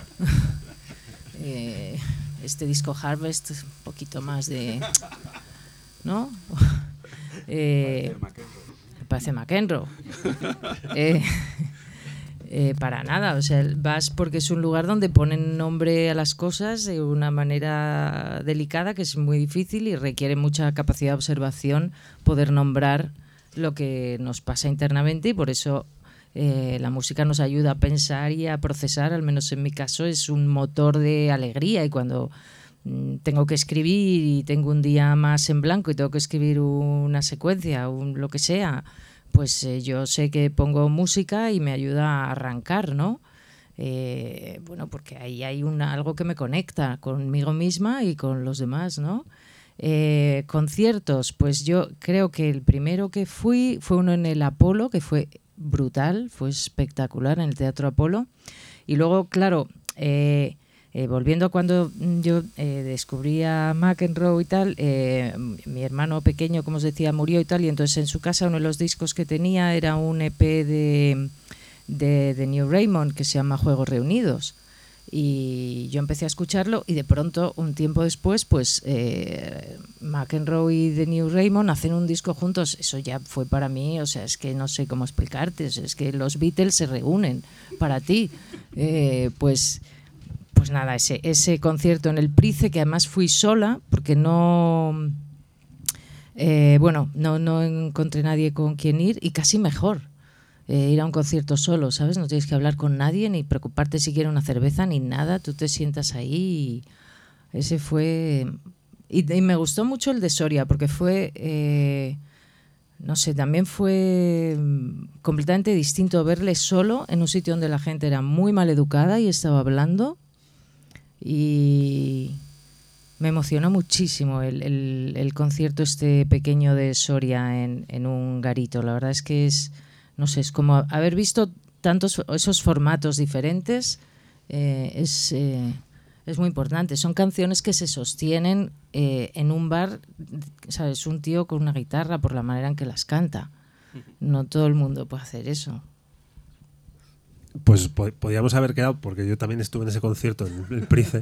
Este disco Harvest, un poquito más de... ¿no? Parece McEnroe. Para nada, o sea, vas porque es un lugar donde ponen nombre a las cosas de una manera delicada, que es muy difícil y requiere mucha capacidad de observación poder nombrar lo que nos pasa internamente, y por eso la música nos ayuda a pensar y a procesar. Al menos en mi caso es un motor de alegría, y cuando tengo que escribir y tengo un día más en blanco y tengo que escribir una secuencia, lo que sea, pues yo sé que pongo música y me ayuda a arrancar, ¿no? Bueno, porque ahí hay algo que me conecta conmigo misma y con los demás, ¿no? Conciertos, pues yo creo que el primero que fue uno en el Apolo, que fue brutal, fue espectacular, en el Teatro Apolo. Y luego, claro, volviendo a cuando yo descubrí a McEnroe y tal, mi hermano pequeño, como os decía, murió y tal, y entonces en su casa uno de los discos que tenía era un EP de New Raymond que se llama Juegos Reunidos. Y yo empecé a escucharlo y de pronto, un tiempo después, pues McEnroe y The New Raymond hacen un disco juntos. Eso ya fue para mí, o sea, es que no sé cómo explicarte, es que los Beatles se reúnen para ti. Pues nada, ese concierto en el Price, que además fui sola porque no encontré nadie con quien ir, y casi mejor. Ir a un concierto solo, ¿sabes? No tienes que hablar con nadie, ni preocuparte si quieres una cerveza, ni nada. Tú te sientas ahí y ese fue... Y me gustó mucho el de Soria, porque fue... no sé, también fue completamente distinto verle solo en un sitio donde la gente era muy mal educada y estaba hablando. Y me emocionó muchísimo el concierto este pequeño de Soria en un garito. La verdad es que no sé, es como haber visto tantos esos formatos diferentes. Es muy importante. Son canciones que se sostienen en un bar, ¿sabes? Un tío con una guitarra, por la manera en que las canta. No todo el mundo puede hacer eso. Pues podíamos haber quedado, porque yo también estuve en ese concierto en el Price.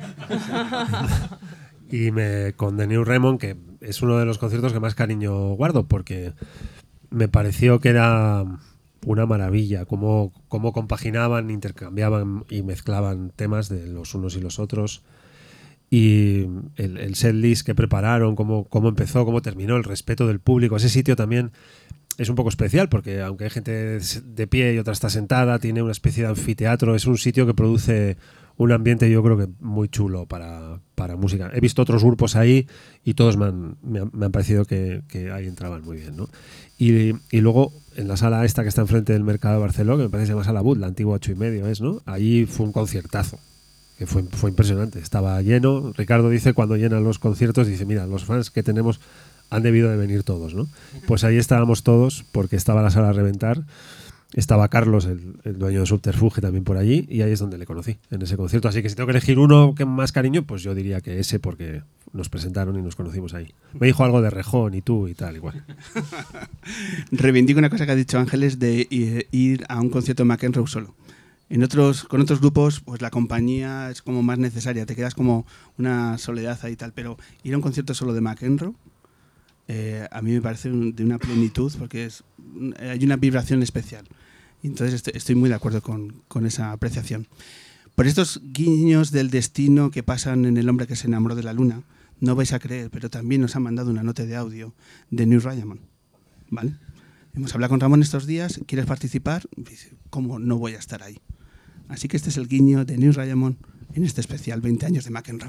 Y con The New Raymond, que es uno de los conciertos que más cariño guardo, porque me pareció que era una maravilla cómo compaginaban, intercambiaban y mezclaban temas de los unos y los otros, y el setlist que prepararon, cómo empezó, cómo terminó, el respeto del público. Ese sitio también es un poco especial, porque aunque hay gente de pie y otra está sentada, tiene una especie de anfiteatro. Es un sitio que produce un ambiente, yo creo que muy chulo para música. He visto otros grupos ahí y todos me han parecido que ahí entraban muy bien, ¿no? Y luego en la sala esta que está enfrente del Mercado de Barcelona, que me parece que se llama Sala Bud, la antigua 8:30, ¿no? Allí fue un conciertazo, que fue impresionante, estaba lleno. Ricardo dice, cuando llenan los conciertos, dice, mira, los fans que tenemos han debido de venir todos, ¿no? Pues ahí estábamos todos, porque estaba la sala a reventar. Estaba Carlos, el dueño de Subterfuge, también por allí, y ahí es donde le conocí, en ese concierto. Así que si tengo que elegir uno que más cariño, pues yo diría que ese, porque nos presentaron y nos conocimos ahí. Me dijo algo de Rejón y tú y tal, igual. Reivindico una cosa que ha dicho Ángeles de ir a un concierto de McEnroe solo. Con otros grupos, pues la compañía es como más necesaria, te quedas como una soledad ahí y tal, pero ir a un concierto solo de McEnroe, a mí me parece de una plenitud, porque hay una vibración especial. Entonces estoy muy de acuerdo con esa apreciación. Por estos guiños del destino que pasan en El hombre que se enamoró de la luna, no vais a creer, pero también nos han mandado una nota de audio de Neil Diamond, ¿vale? Hemos hablado con Ramón estos días, ¿quieres participar? ¿Cómo no voy a estar ahí? Así que este es el guiño de Neil Diamond en este especial 20 años de McEnroe.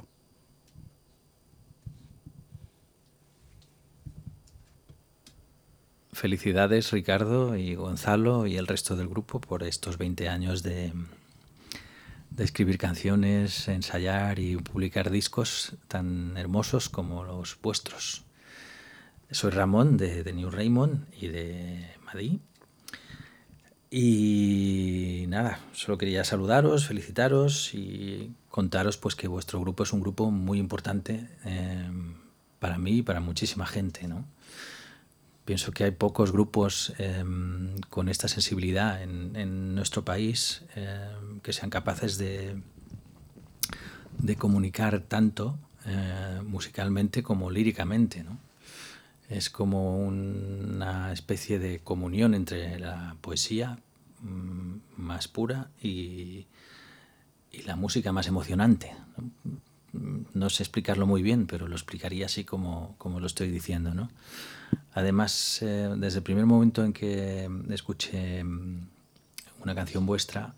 Felicidades, Ricardo y Gonzalo y el resto del grupo por estos 20 años de escribir canciones, ensayar y publicar discos tan hermosos como los vuestros. Soy Ramón de New Raymond y de Madí. Y nada, solo quería saludaros, felicitaros y contaros pues que vuestro grupo es un grupo muy importante para mí y para muchísima gente, ¿no? Pienso que hay pocos grupos con esta sensibilidad en nuestro país que sean capaces de comunicar tanto musicalmente como líricamente, ¿no? Es como una especie de comunión entre la poesía más pura y la música más emocionante, ¿no? No sé explicarlo muy bien, pero lo explicaría así como lo estoy diciendo, ¿no? Además, desde el primer momento en que escuché una canción vuestra,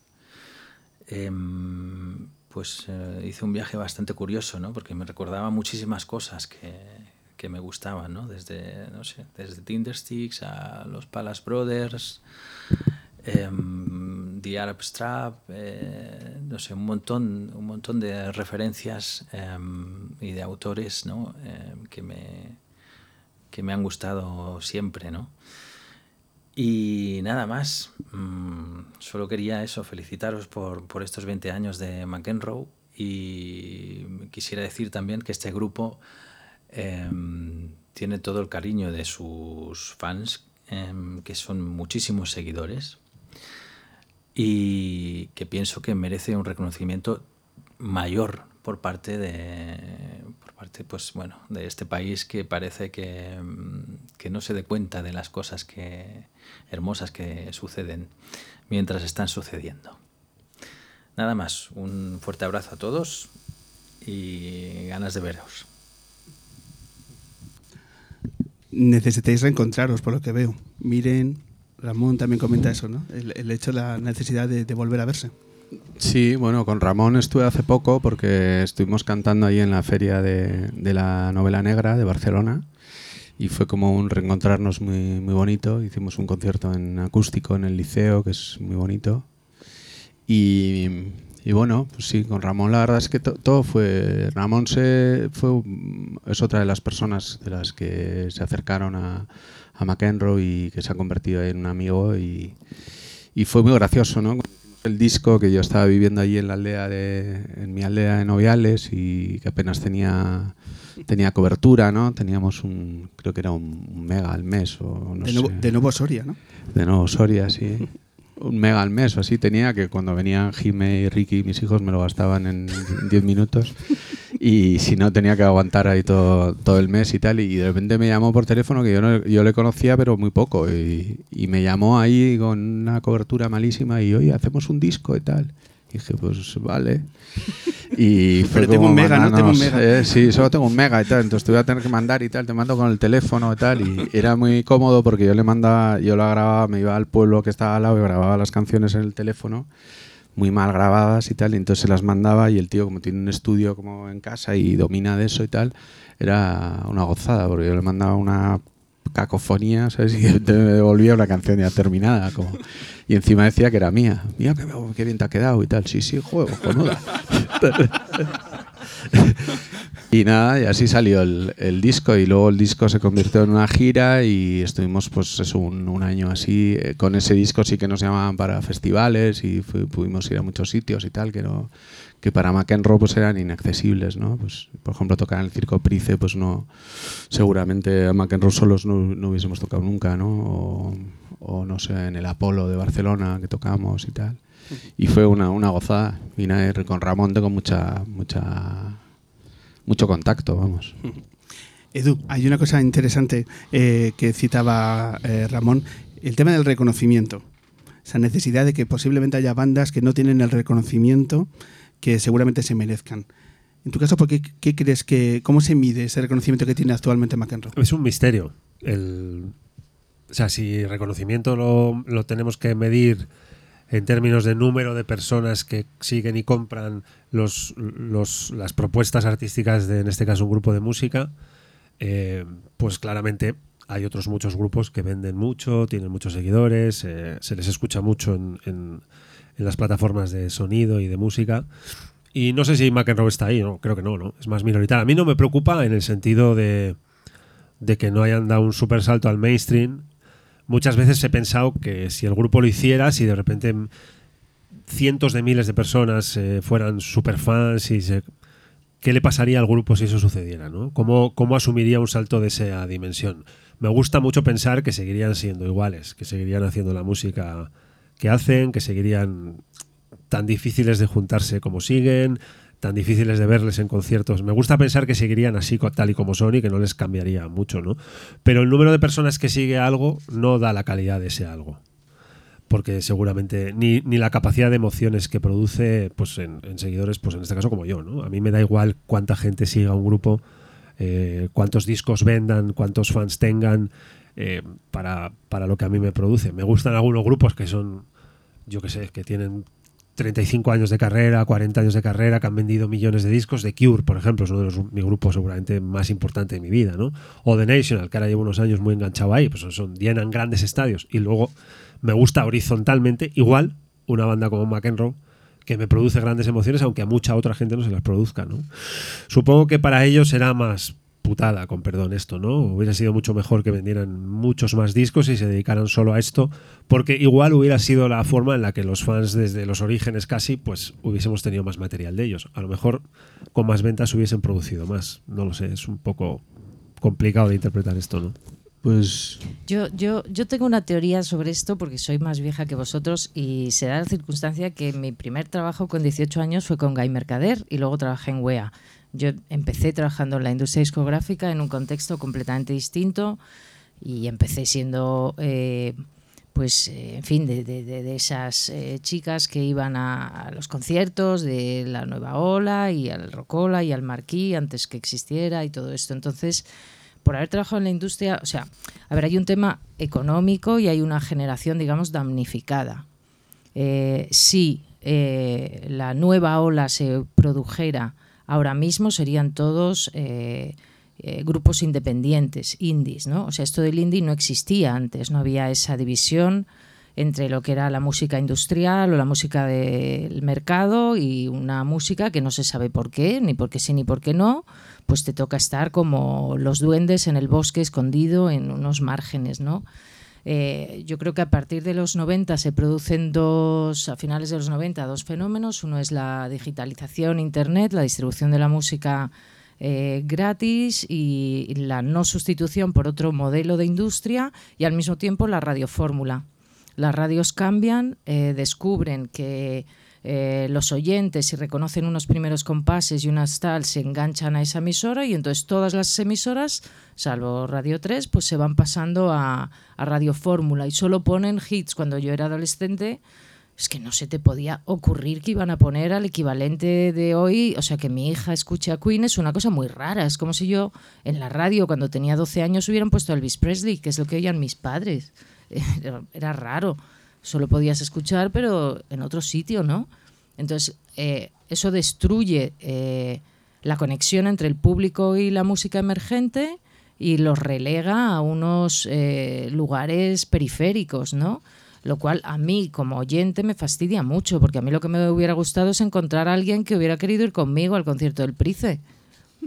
pues hice un viaje bastante curioso, ¿no? Porque me recordaba muchísimas cosas que me gustaban, ¿no? Desde Tindersticks a los Palace Brothers, The Arab Strap, no sé, un montón de referencias y de autores, ¿no? que me han gustado siempre, ¿no? Y nada más, solo quería felicitaros por estos 20 años de McEnroe, y quisiera decir también que este grupo tiene todo el cariño de sus fans, que son muchísimos seguidores, y que pienso que merece un reconocimiento mayor por parte pues bueno, de este país, que parece que no se dé cuenta de las cosas hermosas que suceden mientras están sucediendo. Nada más, un fuerte abrazo a todos y ganas de veros. Necesitáis reencontraros, por lo que veo. Miren, Ramón también comenta eso, ¿no? El hecho de la necesidad de volver a verse. Sí, bueno, con Ramón estuve hace poco porque estuvimos cantando ahí en la feria de la novela negra de Barcelona, y fue como un reencontrarnos muy, muy bonito. Hicimos un concierto en acústico en el Liceo, que es muy bonito. Y bueno, pues sí, con Ramón la verdad es que todo fue... Ramón es otra de las personas de las que se acercaron a McEnroe y que se ha convertido en un amigo, y fue muy gracioso, ¿no? El disco, que yo estaba viviendo allí en mi aldea de Noviales, y que apenas tenía cobertura, ¿no? Teníamos creo que era un mega al mes o no sé. De Nuevo Soria, ¿no? De Nuevo Soria, sí. Un mega al mes o así tenía, que cuando venían Jime y Ricky, mis hijos, me lo gastaban en 10 minutos, y si no tenía que aguantar ahí todo el mes y tal. Y de repente me llamó por teléfono, que yo le conocía pero muy poco, y me llamó ahí con una cobertura malísima y oye, hacemos un disco y tal. Y dije, pues vale. Y fue pero tengo un mega, ¿no? Tengo un mega. Sí, solo tengo un mega y tal, entonces te voy a tener que mandar y tal, te mando con el teléfono y tal. Y era muy cómodo porque yo la grababa, me iba al pueblo que estaba al lado y grababa las canciones en el teléfono, muy mal grabadas y tal, y entonces se las mandaba, y el tío, como tiene un estudio como en casa y domina de eso y tal, era una gozada, porque yo le mandaba una cacofonía, ¿sabes? Y te devolvía una canción ya terminada, y encima decía que era mía. Mira qué bien te ha quedado y tal. Sí, juego, cojonuda. Y nada, y así salió el disco, y luego el disco se convirtió en una gira y estuvimos pues eso, un año así. Con ese disco sí que nos llamaban para festivales y pudimos ir a muchos sitios y tal, que para McEnroe pues eran inaccesibles, ¿no? Pues, por ejemplo, tocar en el Circo Price, pues no, seguramente a McEnroe solos no hubiésemos tocado nunca, ¿no? O no sé, en el Apolo de Barcelona que tocamos y tal. Y fue una gozada. Y nada, con Ramón tengo mucho contacto, vamos. Edu, hay una cosa interesante que citaba Ramón, el tema del reconocimiento. Esa necesidad de que posiblemente haya bandas que no tienen el reconocimiento que seguramente se merezcan. En tu caso, ¿qué crees cómo se mide ese reconocimiento que tiene actualmente McEnroe? Es un misterio. O sea, si reconocimiento lo tenemos que medir en términos de número de personas que siguen y compran las propuestas artísticas de, en este caso, un grupo de música, pues claramente hay otros muchos grupos que venden mucho, tienen muchos seguidores, se les escucha mucho en las plataformas de sonido y de música. Y no sé si McEnroe está ahí, no, creo que no, es más minoritario. A mí no me preocupa en el sentido de que no hayan dado un super salto al mainstream. Muchas veces he pensado que si el grupo lo hiciera, si de repente cientos de miles de personas fueran super fans, ¿qué le pasaría al grupo si eso sucediera, ¿no? ¿Cómo asumiría un salto de esa dimensión? Me gusta mucho pensar que seguirían siendo iguales, que seguirían haciendo la música que hacen, que seguirían tan difíciles de juntarse como siguen, tan difíciles de verles en conciertos. Me gusta pensar que seguirían así tal y como son y que no les cambiaría mucho, ¿no? Pero el número de personas que sigue algo no da la calidad de ese algo. Porque seguramente ni la capacidad de emociones que produce pues en seguidores, pues en este caso como yo, ¿no? A mí me da igual cuánta gente siga un grupo, cuántos discos vendan, cuántos fans tengan, para lo que a mí me produce. Me gustan algunos grupos que son, yo qué sé, que tienen 35 años de carrera, 40 años de carrera, que han vendido millones de discos. The Cure, por ejemplo, es uno de mi grupo seguramente más importante de mi vida, ¿no? O The National, que ahora llevo unos años muy enganchado ahí, pues llenan grandes estadios. Y luego me gusta horizontalmente, igual, una banda como McEnroe, que me produce grandes emociones, aunque a mucha otra gente no se las produzca, ¿no? Supongo que para ellos será más putada, con perdón esto, ¿no? Hubiera sido mucho mejor que vendieran muchos más discos y se dedicaran solo a esto, porque igual hubiera sido la forma en la que los fans desde los orígenes casi, pues hubiésemos tenido más material de ellos. A lo mejor con más ventas hubiesen producido más. No lo sé, es un poco complicado de interpretar esto, ¿no? Pues yo tengo una teoría sobre esto porque soy más vieja que vosotros y se da la circunstancia que mi primer trabajo con 18 años fue con Guy Mercader y luego trabajé en UEA. Yo empecé trabajando en la industria discográfica en un contexto completamente distinto y empecé siendo, en fin, de esas chicas que iban a los conciertos de la Nueva Ola y al Rocola y al Marquí antes que existiera y todo esto. Entonces, por haber trabajado en la industria, o sea, a ver, hay un tema económico y hay una generación, digamos, damnificada. Si la Nueva Ola se produjera ahora mismo, serían todos grupos independientes, indies, ¿no? O sea, esto del indie no existía antes, no había esa división entre lo que era la música industrial o la música del mercado y una música que no se sabe por qué, ni por qué sí ni por qué no, pues te toca estar como los duendes en el bosque escondido en unos márgenes, ¿no? Yo creo que a partir de los 90 se producen a finales de los 90, dos fenómenos. Uno es la digitalización, internet, la distribución de la música gratis y la no sustitución por otro modelo de industria, y al mismo tiempo la radiofórmula. Las radios cambian, descubren que los oyentes, si reconocen unos primeros compases y unas tal, se enganchan a esa emisora y entonces todas las emisoras, salvo Radio 3, pues se van pasando a Radio Fórmula y solo ponen hits. Cuando yo era adolescente, es que no se te podía ocurrir que iban a poner al equivalente de hoy. O sea, que mi hija escuche a Queen es una cosa muy rara. Es como si yo en la radio cuando tenía 12 años hubieran puesto a Elvis Presley, que es lo que oían mis padres. Era raro. Solo podías escuchar, pero en otro sitio, ¿no? Entonces, eso destruye la conexión entre el público y la música emergente y los relega a unos lugares periféricos, ¿no? Lo cual a mí, como oyente, me fastidia mucho, porque a mí lo que me hubiera gustado es encontrar a alguien que hubiera querido ir conmigo al concierto del Price.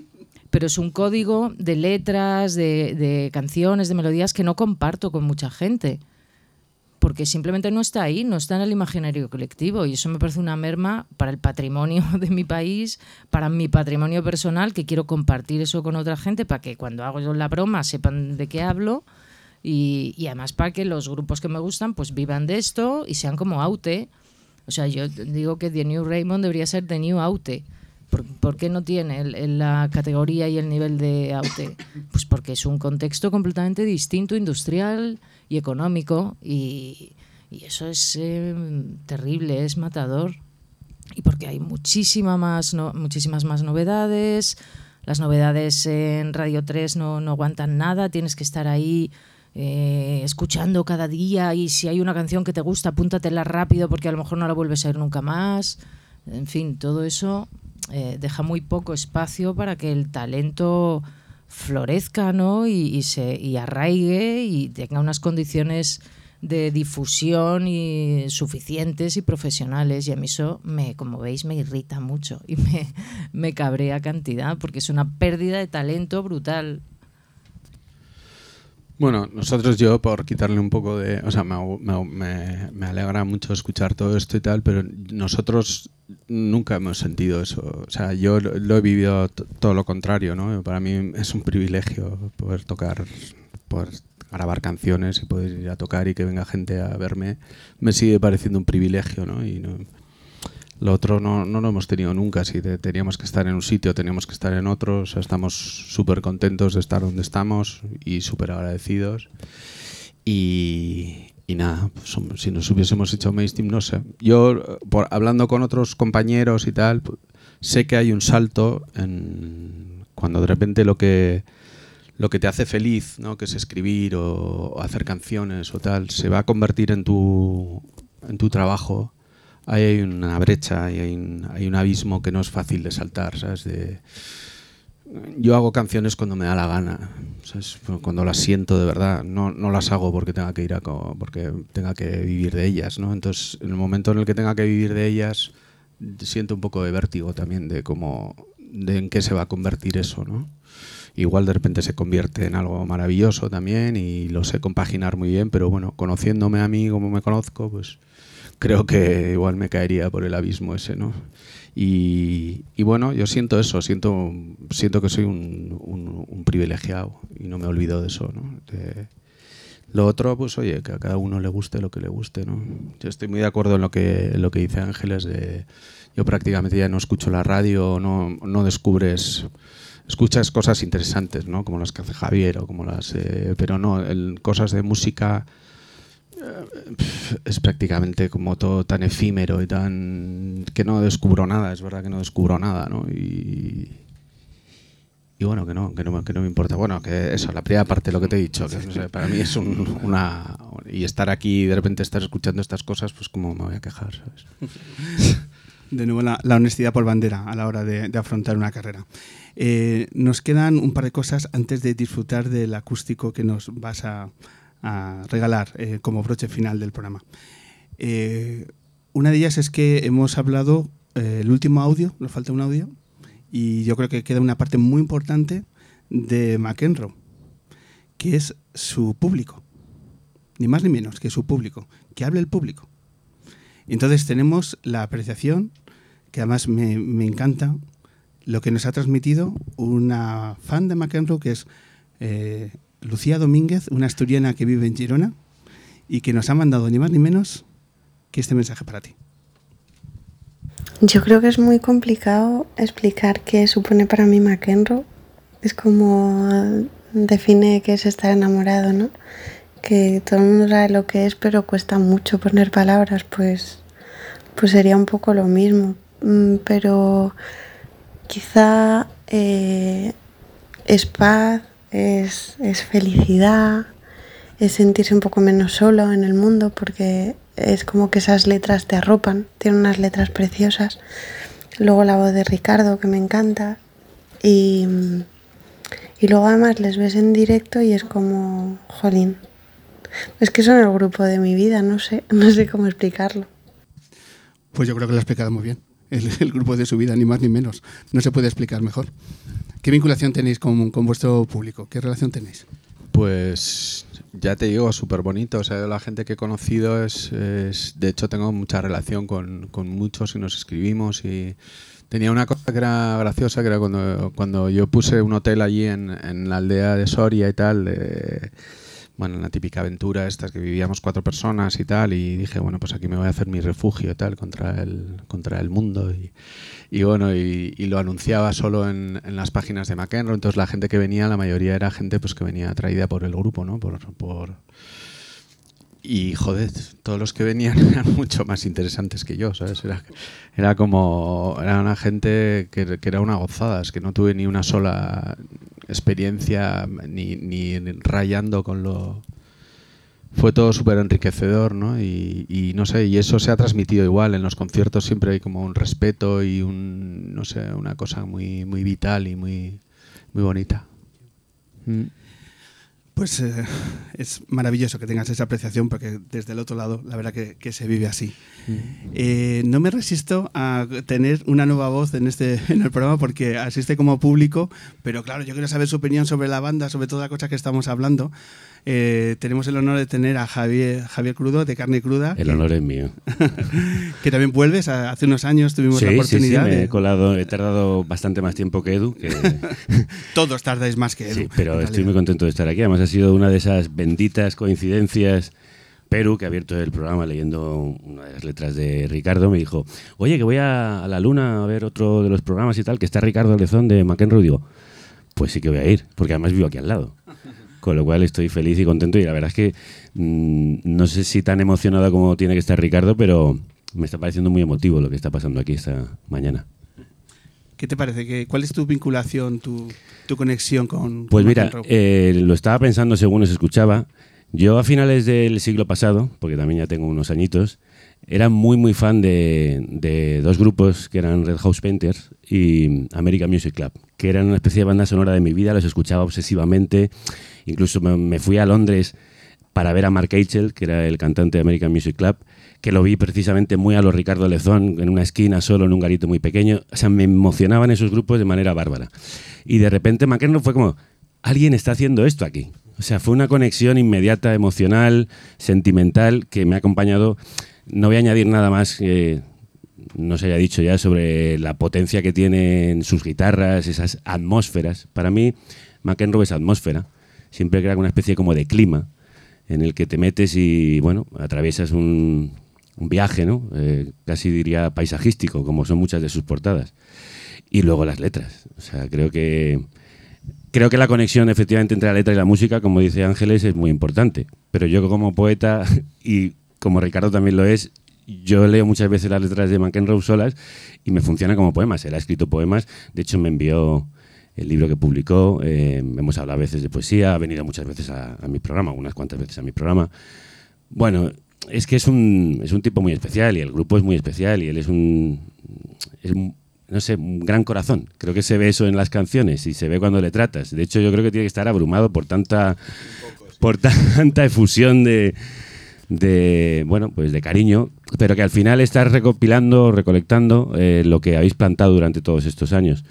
pero es un código de letras, de canciones, de melodías que no comparto con mucha gente, porque simplemente no está ahí, no está en el imaginario colectivo, y eso me parece una merma para el patrimonio de mi país, para mi patrimonio personal, que quiero compartir eso con otra gente para que cuando hago yo la broma sepan de qué hablo, y además para que los grupos que me gustan pues vivan de esto y sean como Aute. O sea, yo digo que The New Raymond debería ser The New Aute. ¿Por qué no tiene la categoría y el nivel de Aute? Pues porque es un contexto completamente distinto, industrial y económico, y eso es terrible, es matador. Y porque hay muchísimas más novedades. Las novedades en Radio 3 no aguantan nada, tienes que estar ahí escuchando cada día, y si hay una canción que te gusta, apúntatela rápido porque a lo mejor no la vuelves a ver nunca más. En fin, todo eso deja muy poco espacio para que el talento florezca, ¿no? y arraigue y tenga unas condiciones de difusión suficientes y profesionales. Y a mí eso, como veis, me irrita mucho y me cabrea cantidad, porque es una pérdida de talento brutal. Bueno, yo por quitarle un poco de... O sea, me alegra mucho escuchar todo esto y tal, pero nosotros nunca hemos sentido eso. O sea, yo lo he vivido todo lo contrario, ¿no? Para mí es un privilegio poder tocar, poder grabar canciones y poder ir a tocar y que venga gente a verme. Me sigue pareciendo un privilegio, ¿no? Y lo otro no lo hemos tenido nunca. Si teníamos que estar en un sitio, teníamos que estar en otro. O sea, estamos súper contentos de estar donde estamos y súper agradecidos. Y nada, pues, si nos hubiésemos hecho mainstream, no sé. Yo, hablando con otros compañeros y tal, sé que hay un salto cuando de repente lo que te hace feliz, ¿no? Que es escribir o hacer canciones o tal, se va a convertir en tu trabajo. Ahí hay una brecha y hay un abismo que no es fácil de saltar, ¿sabes? Yo hago canciones cuando me da la gana, ¿sabes? Cuando las siento de verdad, no las hago porque tenga que porque tenga que vivir de ellas, ¿no? Entonces, en el momento en el que tenga que vivir de ellas, siento un poco de vértigo también de en qué se va a convertir eso, ¿no? Igual de repente se convierte en algo maravilloso también y lo sé compaginar muy bien, pero bueno, conociéndome a mí como me conozco, pues creo que igual me caería por el abismo ese, ¿no? Y bueno, yo siento eso, siento que soy un privilegiado y no me olvido de eso, ¿no? Lo otro, pues oye, que a cada uno le guste lo que le guste, ¿no? Yo estoy muy de acuerdo en lo que dice Ángeles, yo prácticamente ya no escucho la radio, no escuchas cosas interesantes, ¿no? Como las que hace Javier o como pero no, cosas de música es prácticamente como todo tan efímero y tan que no descubro nada. Es verdad que no descubro nada, ¿no? Y bueno, que no me importa. Bueno, que eso, la primera parte de lo que te he dicho, que no sé, para mí es y estar aquí y de repente estar escuchando estas cosas, pues como me voy a quejar, ¿sabes? De nuevo la honestidad por bandera a la hora de afrontar una carrera. Nos quedan un par de cosas antes de disfrutar del acústico que nos vas a regalar como broche final del programa. Una de ellas es que hemos hablado el último audio, nos falta un audio, y yo creo que queda una parte muy importante de McEnroe, que es su público, ni más ni menos que su público, que hable el público. Entonces tenemos la apreciación, que además me encanta, lo que nos ha transmitido una fan de McEnroe, que es Lucía Domínguez, una asturiana que vive en Girona y que nos ha mandado ni más ni menos que este mensaje para ti. Yo creo que es muy complicado explicar qué supone para mí McEnroe. Es como define qué es estar enamorado, ¿no? Que todo el mundo sabe lo que es, pero cuesta mucho poner palabras, pues sería un poco lo mismo. Pero quizá es paz, es felicidad, es sentirse un poco menos solo en el mundo, porque es como que esas letras te arropan, tiene unas letras preciosas. Luego la voz de Ricardo, que me encanta, y luego además les ves en directo y es como, jolín, es que son el grupo de mi vida, no sé cómo explicarlo. Pues yo creo que lo ha explicado muy bien, el grupo de su vida, ni más ni menos, no se puede explicar mejor. ¿Qué vinculación tenéis con vuestro público? ¿Qué relación tenéis? Pues ya te digo, súper bonito. O sea, la gente que he conocido de hecho, tengo mucha relación con muchos y nos escribimos. Y tenía una cosa que era graciosa, que era cuando yo puse un hotel allí en la aldea de Soria y tal, bueno, la típica aventura estas que vivíamos 4 personas y tal, y dije, bueno, pues aquí me voy a hacer mi refugio y tal contra el mundo. Y bueno, y lo anunciaba solo en las páginas de McEnroe. Entonces la gente que venía, la mayoría era gente pues que venía atraída por el grupo, ¿no? Y joder, todos los que venían eran mucho más interesantes que yo, ¿sabes? Era una gente que era una gozada, es que no tuve ni una sola experiencia ni rayando con lo... Fue todo súper enriquecedor, ¿no? Y no sé, y eso se ha transmitido igual. En los conciertos siempre hay como un respeto y no sé, una cosa muy, muy vital y muy, muy bonita. Pues es maravilloso que tengas esa apreciación, porque desde el otro lado la verdad que se vive así. No me resisto a tener una nueva voz en el programa, porque asiste como público, pero claro, yo quiero saber su opinión sobre la banda, sobre toda la cosa que estamos hablando. Tenemos el honor de tener a Javier Crudo, de Carne Cruda. El honor es mío. Que también vuelves. Hace unos años tuvimos la oportunidad. Sí, me he colado, he tardado bastante más tiempo que Edu. Todos tardáis más que Edu. Sí, pero estoy muy contento de estar aquí. Además ha sido una de esas benditas coincidencias. Perú, que ha abierto el programa leyendo una de las letras de Ricardo, me dijo, oye, que voy a la Luna a ver otro de los programas y tal, que está Ricardo Alezón de McEnroe. Y digo, pues sí que voy a ir, porque además vivo aquí al lado. Con lo cual estoy feliz y contento, y la verdad es que no sé si tan emocionado como tiene que estar Ricardo, pero me está pareciendo muy emotivo lo que está pasando aquí esta mañana. ¿Qué te parece? ¿Cuál es tu vinculación, tu conexión con Pues mira, McEnroe? lo estaba pensando según os escuchaba. Yo a finales del siglo pasado, porque también ya tengo unos añitos, era muy muy fan de 2 grupos que eran Red House Painters y American Music Club, que eran una especie de banda sonora de mi vida, los escuchaba obsesivamente. Incluso me fui a Londres para ver a Mark Eichel, que era el cantante de American Music Club, que lo vi precisamente muy a lo Ricardo Alezón, en una esquina solo, en un garito muy pequeño. O sea, me emocionaban esos grupos de manera bárbara. Y de repente McEnroe fue como, alguien está haciendo esto aquí. O sea, fue una conexión inmediata, emocional, sentimental, que me ha acompañado. No voy a añadir nada más que no se haya dicho ya sobre la potencia que tienen sus guitarras, esas atmósferas. Para mí, McEnroe es atmósfera. Siempre crea una especie como de clima en el que te metes y, bueno, atraviesas un viaje, ¿no? Casi diría paisajístico, como son muchas de sus portadas. Y luego las letras. O sea, creo que la conexión efectivamente entre la letra y la música, como dice Ángeles, es muy importante. Pero yo como poeta, y como Ricardo también lo es, yo leo muchas veces las letras de McEnroe solas y me funciona como poemas. Él ha escrito poemas, de hecho me envió el libro que publicó, hemos hablado a veces de poesía, ha venido muchas veces a mi programa, unas cuantas veces a mi programa. Bueno, es que es un tipo muy especial, y el grupo es muy especial, y él es no sé, un gran corazón. Creo que se ve eso en las canciones y se ve cuando le tratas. De hecho, yo creo que tiene que estar abrumado por tanta efusión de cariño, pero que al final estás recolectando lo que habéis plantado durante todos estos años.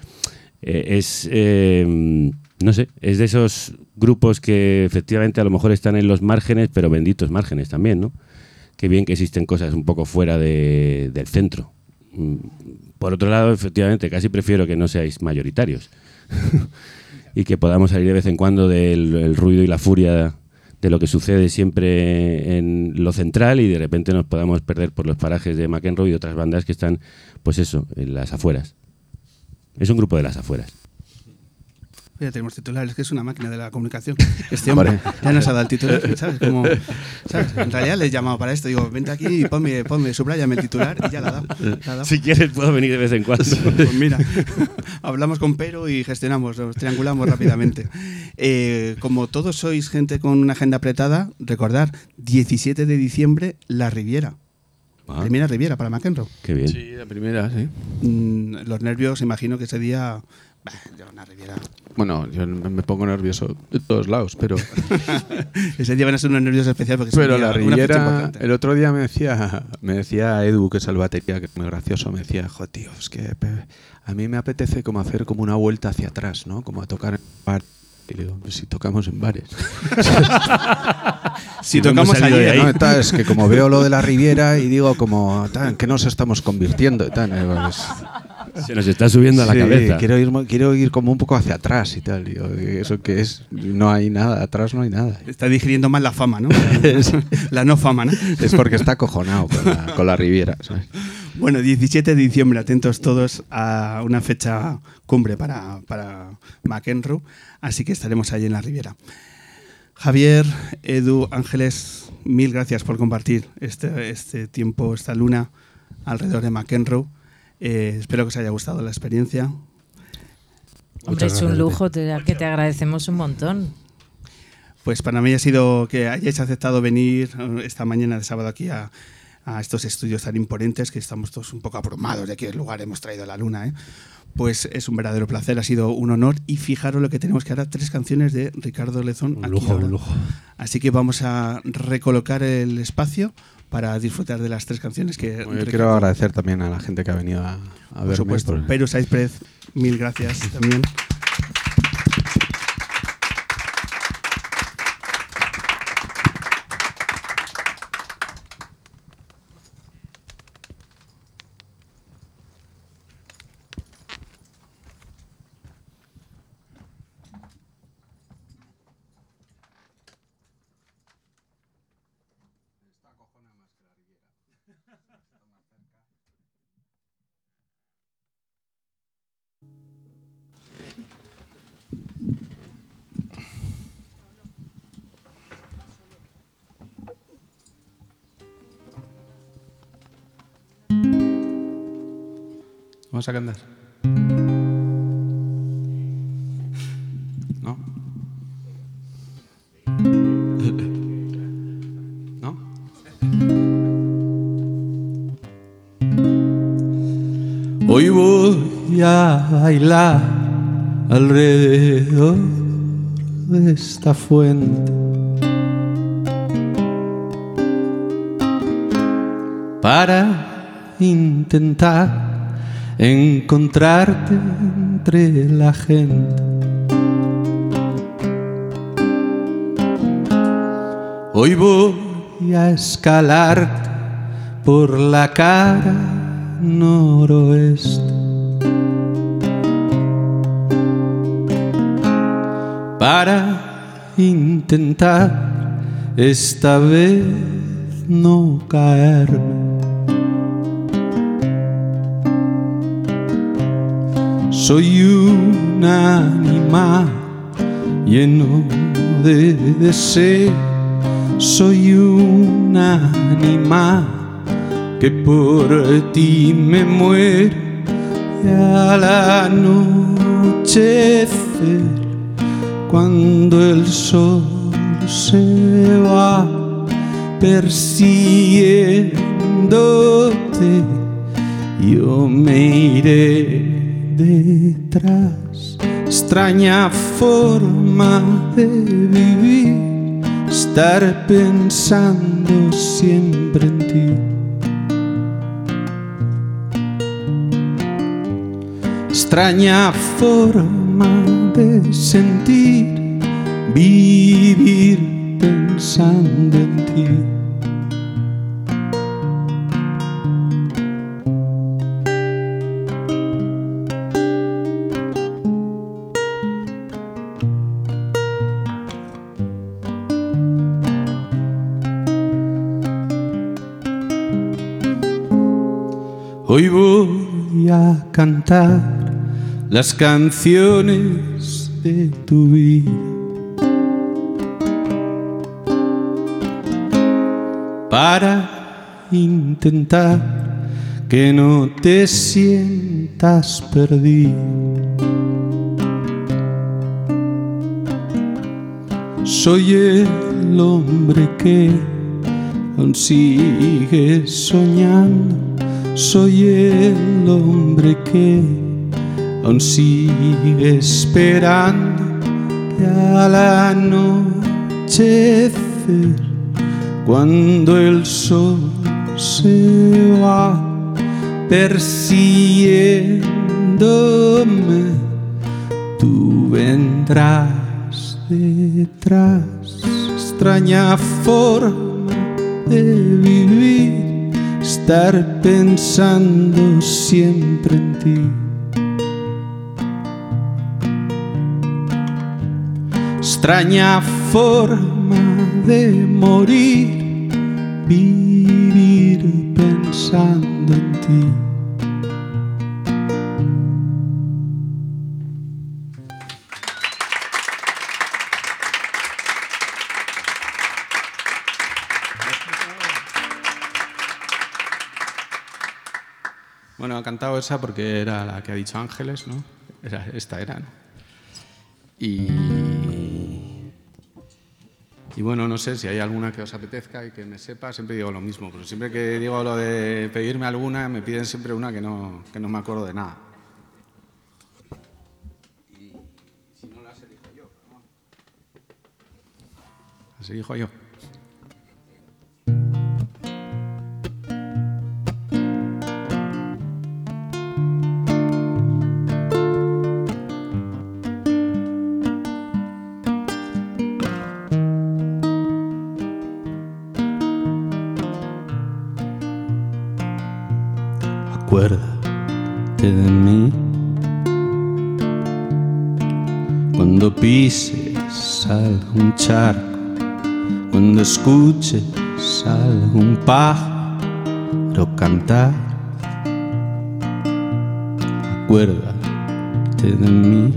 No sé, es de esos grupos que efectivamente a lo mejor están en los márgenes, pero benditos márgenes también, ¿no? Qué bien que existen cosas un poco fuera del centro. Por otro lado, efectivamente, casi prefiero que no seáis mayoritarios y que podamos salir de vez en cuando del ruido y la furia de lo que sucede siempre en lo central, y de repente nos podamos perder por los parajes de McEnroe y otras bandas que están, pues eso, en las afueras. Es un grupo de las afueras. Ya tenemos titulares, que es una máquina de la comunicación. Este hombre ya nos ha dado el titular, ¿sabes? ¿Sabes? En realidad le he llamado para esto. Digo, vente aquí y ponme, subráyame el titular, y ya la ha dado. Si quieres puedo venir de vez en cuando. Pues mira, hablamos con Pero y gestionamos, nos triangulamos rápidamente. Como todos sois gente con una agenda apretada, recordar, 17 de diciembre, La Riviera. Primera Riviera para McEnroe. Qué bien. Sí, la primera, sí. Los nervios, imagino que ese día Llevan a Riviera. Bueno, yo me pongo nervioso de todos lados, pero... Ese día van a ser unos nervios especiales porque pero es la una fecha Riviera, importante. el otro día me decía Edu, que es el batería, que es muy gracioso, me decía, jo, tío, es que a mí me apetece como hacer como una vuelta hacia atrás, ¿no? Como a tocar en bar. Y le digo, pues si tocamos en bares. Si tocamos ayer, ¿no? Es que como veo lo de la Riviera y digo como, ¿en qué nos estamos convirtiendo? Se nos está subiendo a la cabeza. Quiero ir como un poco hacia atrás y tal. Digo, ¿eso qué es? No hay nada, atrás no hay nada. Está digiriendo mal la fama, ¿no? La no fama, ¿no? Es porque está acojonado con la Riviera, ¿sabes? Bueno, 17 de diciembre, atentos todos a una fecha cumbre para McEnroe, así que estaremos allí en la Riviera. Javier, Edu, Ángeles, mil gracias por compartir este tiempo, esta luna alrededor de McEnroe. Espero que os haya gustado la experiencia. Hombre, es un lujo, que te agradecemos un montón. Pues para mí ha sido que hayáis aceptado venir esta mañana de sábado aquí a estos estudios tan imponentes, que estamos todos un poco abrumados de qué lugar hemos traído a la luna, ¿eh? Pues es un verdadero placer, ha sido un honor, y fijaros lo que tenemos, que ahora 3 canciones de Ricardo Lezón. Un lujo, un lujo. Así que vamos a recolocar el espacio para disfrutar de las 3 canciones que... Yo quiero agradecer también a la gente que ha venido a verme. Por supuesto, Peru Saizprez, mil gracias también. Vamos a cantar. ¿No? ¿No? Hoy voy a bailar alrededor de esta fuente para intentar encontrarte entre la gente. Hoy voy a escalarte por la cara noroeste para intentar esta vez no caerme. Soy un animal lleno de deseo, soy un animal que por ti me muero, y al anochecer, cuando el sol se va persiguiéndote, yo me iré detrás. Extraña forma de vivir, estar pensando siempre en ti. Extraña forma de sentir, vivir pensando en ti. Hoy voy a cantar las canciones de tu vida para intentar que no te sientas perdido. Soy el hombre que aún sigue soñando, soy el hombre que aún sigue esperando que al anochecer, cuando el sol se va persiguiéndome, tú vendrás detrás. Extraña forma de vivir, estar pensando siempre en ti. Extraña forma de morir, vivir pensando en ti. Bueno, he cantado esa porque era la que ha dicho Ángeles, ¿no? Esta era, ¿no? Y bueno, no sé si hay alguna que os apetezca y que me sepa, siempre digo lo mismo, pero siempre que digo lo de pedirme alguna, me piden siempre una que no me acuerdo de nada. Y si no las elijo yo, ¿no? Las elijo yo. Acuérdate de mí cuando pises algún charco, cuando escuches algún pájaro cantar. Acuérdate de mí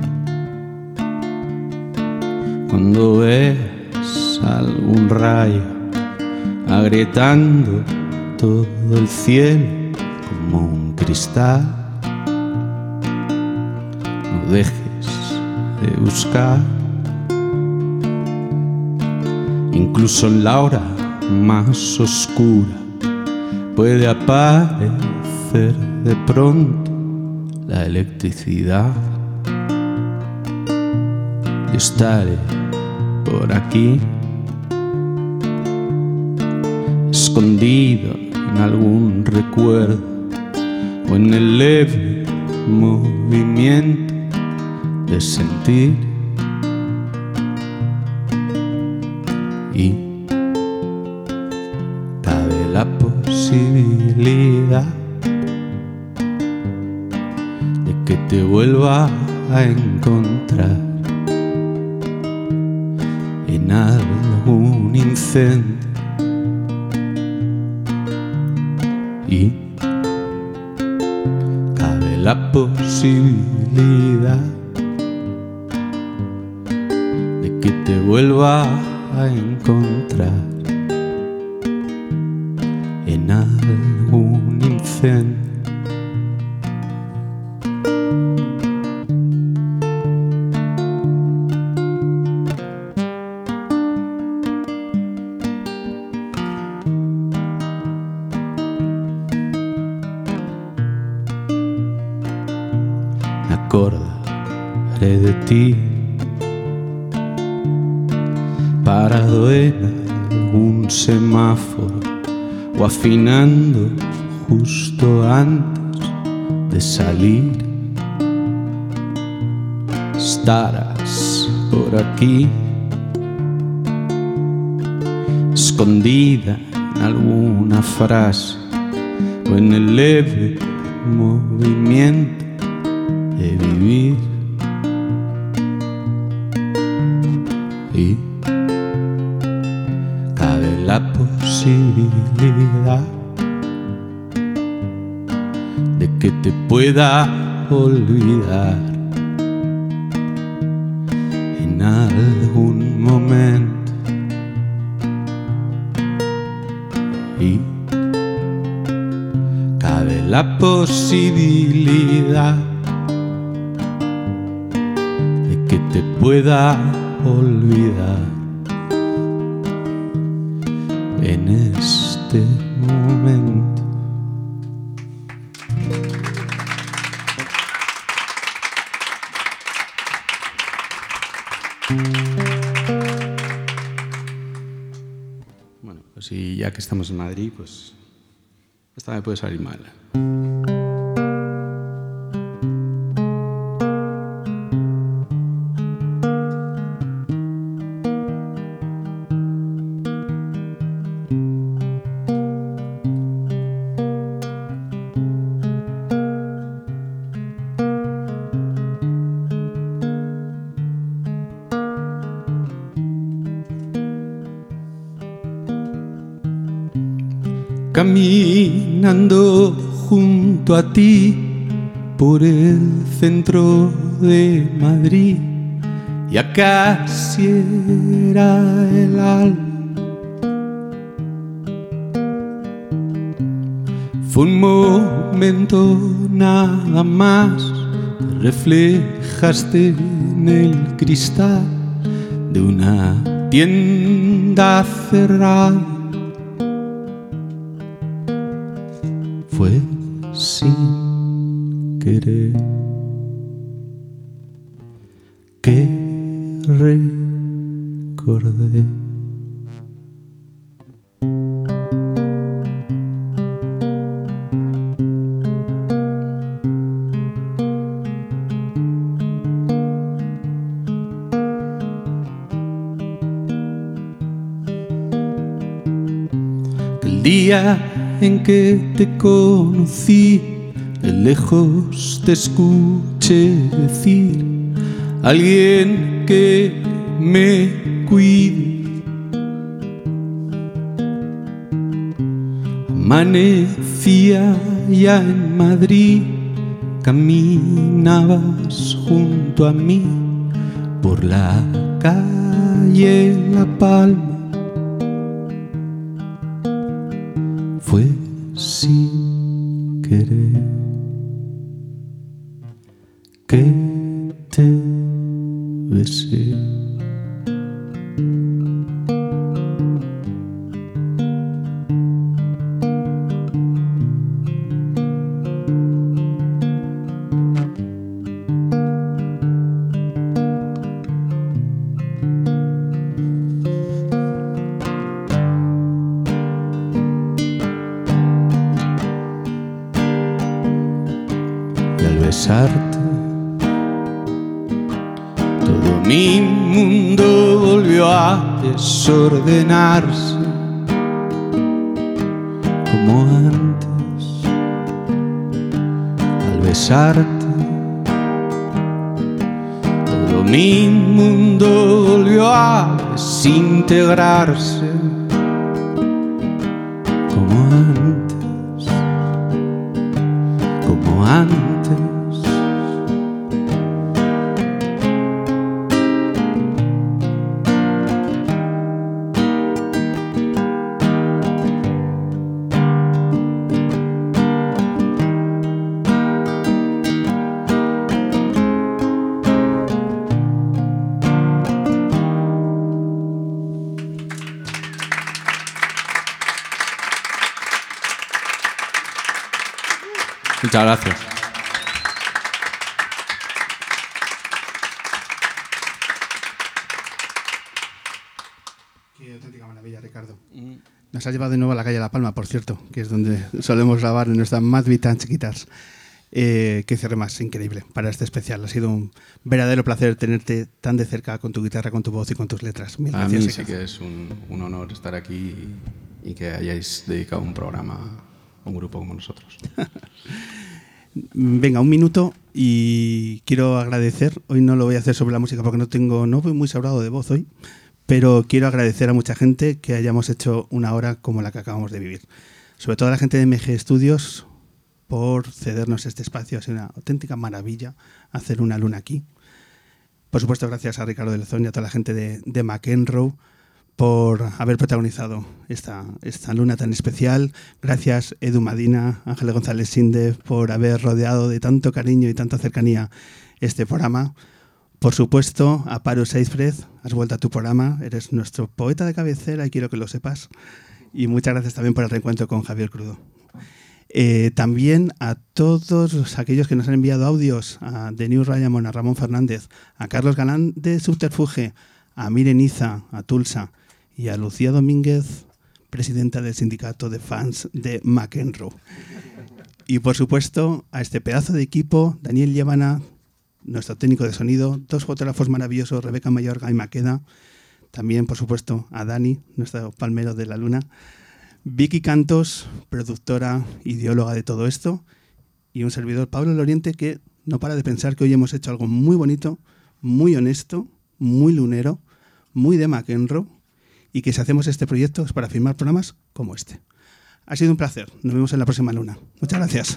cuando ves algún rayo agrietando todo el cielo como un cristal. No dejes de buscar, incluso en la hora más oscura puede aparecer de pronto la electricidad. Yo estaré por aquí, escondido en algún recuerdo o en el leve movimiento de sentir. Y cabe la posibilidad de que te vuelva a encontrar en algún incendio. Y cabe la posibilidad de que te vuelva a encontrar en algún incendio. Me acordaré de ti parado en algún semáforo o afinando justo antes de salir. Estarás por aquí, escondida en alguna frase o en el leve movimiento de vivir. Y cabe la posibilidad de que te pueda olvidar en algún momento. Y cabe la posibilidad de que te pueda olvidar en este momento. Bueno, pues si ya que estamos en Madrid, pues esta me puede salir mal. Caminando junto a ti por el centro de Madrid, ya casi era el alba. Fue un momento nada más, te reflejaste en el cristal de una tienda cerrada. Fue sin querer que recordé. El día en que te conocí, de lejos te escuché decir: alguien que me cuide. Amanecía ya en Madrid, caminabas junto a mí por la calle La Palma. Fue sin querer que te besé. Besarte, todo mi mundo volvió a desordenarse como antes. Al besarte, todo mi mundo volvió a desintegrarse como antes, como antes. Muchas gracias. Qué auténtica maravilla, Ricardo. Nos has llevado de nuevo a la calle La Palma, por cierto, que es donde solemos grabar en nuestras Madvi tan chiquitas. Que cierre más increíble para este especial. Ha sido un verdadero placer tenerte tan de cerca con tu guitarra, con tu voz y con tus letras. Mil gracias. A mí sí que es un honor estar aquí y que hayáis dedicado un programa a un grupo como nosotros. Venga, un minuto y quiero agradecer. Hoy no lo voy a hacer sobre la música porque no voy muy sobrado de voz hoy, pero quiero agradecer a mucha gente que hayamos hecho una hora como la que acabamos de vivir. Sobre todo a la gente de MG Studios por cedernos este espacio. Ha sido una auténtica maravilla hacer una luna aquí. Por supuesto, gracias a Ricardo de Lezón y a toda la gente de McEnroe por haber protagonizado esta luna tan especial. Gracias Edu Madina, Ángeles González Sinde, por haber rodeado de tanto cariño y tanta cercanía este programa. Por supuesto, a Paru Seifred, has vuelto a tu programa, eres nuestro poeta de cabecera y quiero que lo sepas. Y muchas gracias también por el reencuentro con Javier Crudo. También a todos aquellos que nos han enviado audios, a The New Rayamon, a Ramón Fernández, a Carlos Galán de Subterfuge, a Miren Iza, a Tulsa y a Lucía Domínguez, presidenta del sindicato de fans de McEnroe. Y por supuesto a este pedazo de equipo, Daniel Llévana, nuestro técnico de sonido, dos fotógrafos maravillosos, Rebeca Mayorga y Maqueda, también por supuesto a Dani, nuestro palmero de la luna, Vicky Cantos, productora, ideóloga de todo esto, y un servidor, Pablo Loriente, que no para de pensar que hoy hemos hecho algo muy bonito, muy honesto, muy lunero, muy de McEnroe, y que si hacemos este proyecto es para firmar programas como este. Ha sido un placer. Nos vemos en la próxima luna. Muchas gracias.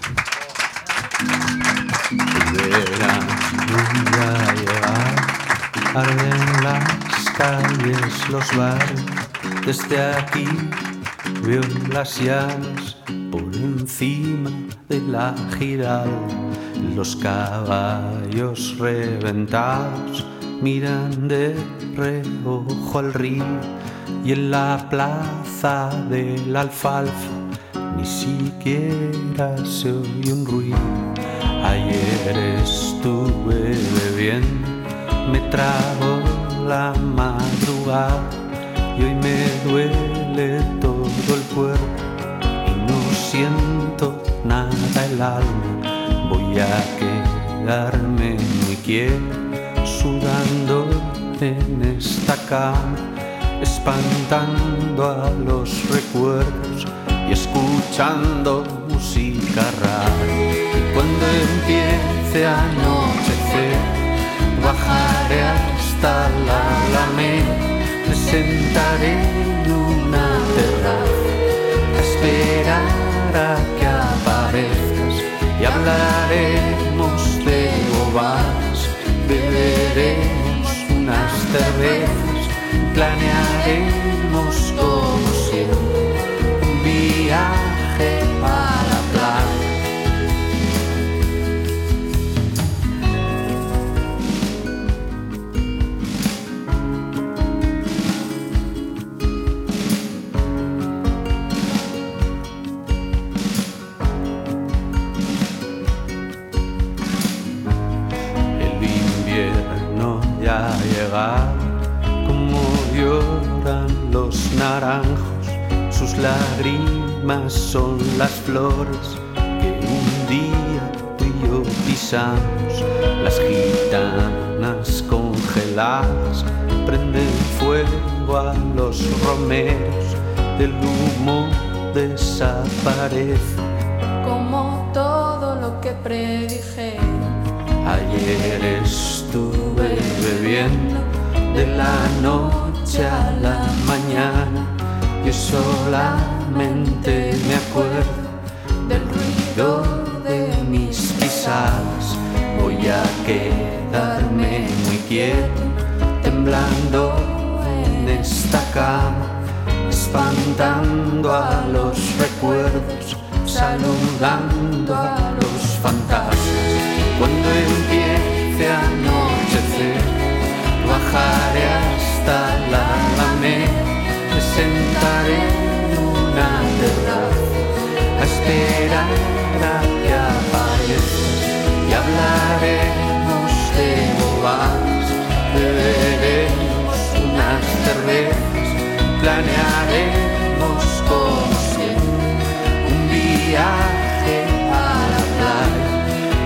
Arden las calles, los bares. Desde aquí veo las llamas por encima de la Giral. Los caballos reventados miran de reojo al río, y en la plaza de la Alfalfa ni siquiera se oye un ruido. Ayer estuve bebiendo, me trago la madrugada, y hoy me duele todo el cuerpo y no siento nada el alma. Voy a quedarme muy quieto, sudando en esta cama, espantando a los recuerdos y escuchando música rara. Y cuando empiece a anochecer, bajaré hasta la Alameda, me sentaré en una terraza a esperar a que aparezcas, y hablaremos de bobadas, beberemos unas cervezas, planearemos como siempre un viaje a la playa. Como lloran los naranjos, sus lágrimas son las flores que un día tú y yo pisamos. Las gitanas congeladas prenden fuego a los romeros, el humo desaparece como todo lo que predije. Ayer estuve bebiendo de la noche a la mañana, y solamente me acuerdo del ruido de mis pisadas. Voy a quedarme muy quieto, temblando en esta cama, espantando a los recuerdos, saludando a los fantasmas. Cuando empiece a anochecer, bajaré hasta la Alameda, me sentaré en una terraza a esperar a que aparezcas, y hablaremos de bobadas, beberemos unas cervezas, planearemos como siempre un viaje a la playa.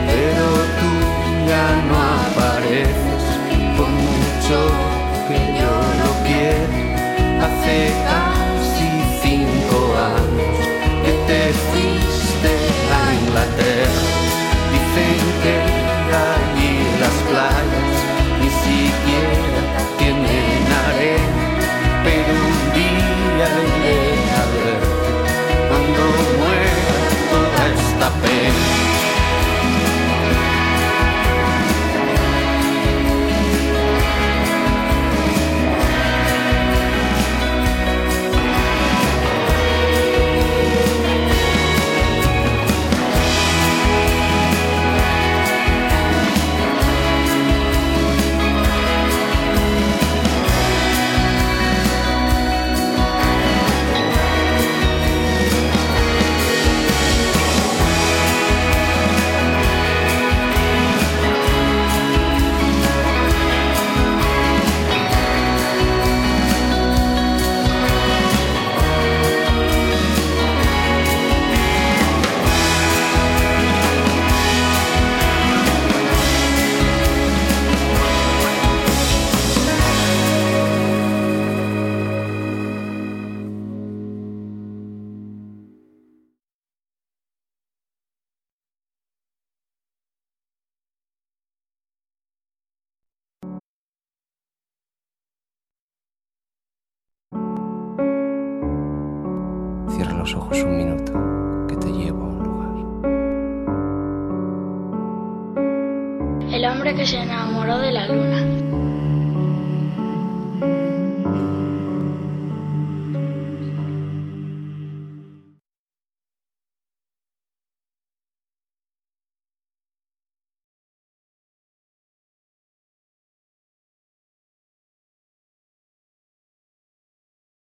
Cierra los ojos un minuto, que te llevo a un lugar. El hombre que se enamoró de la luna.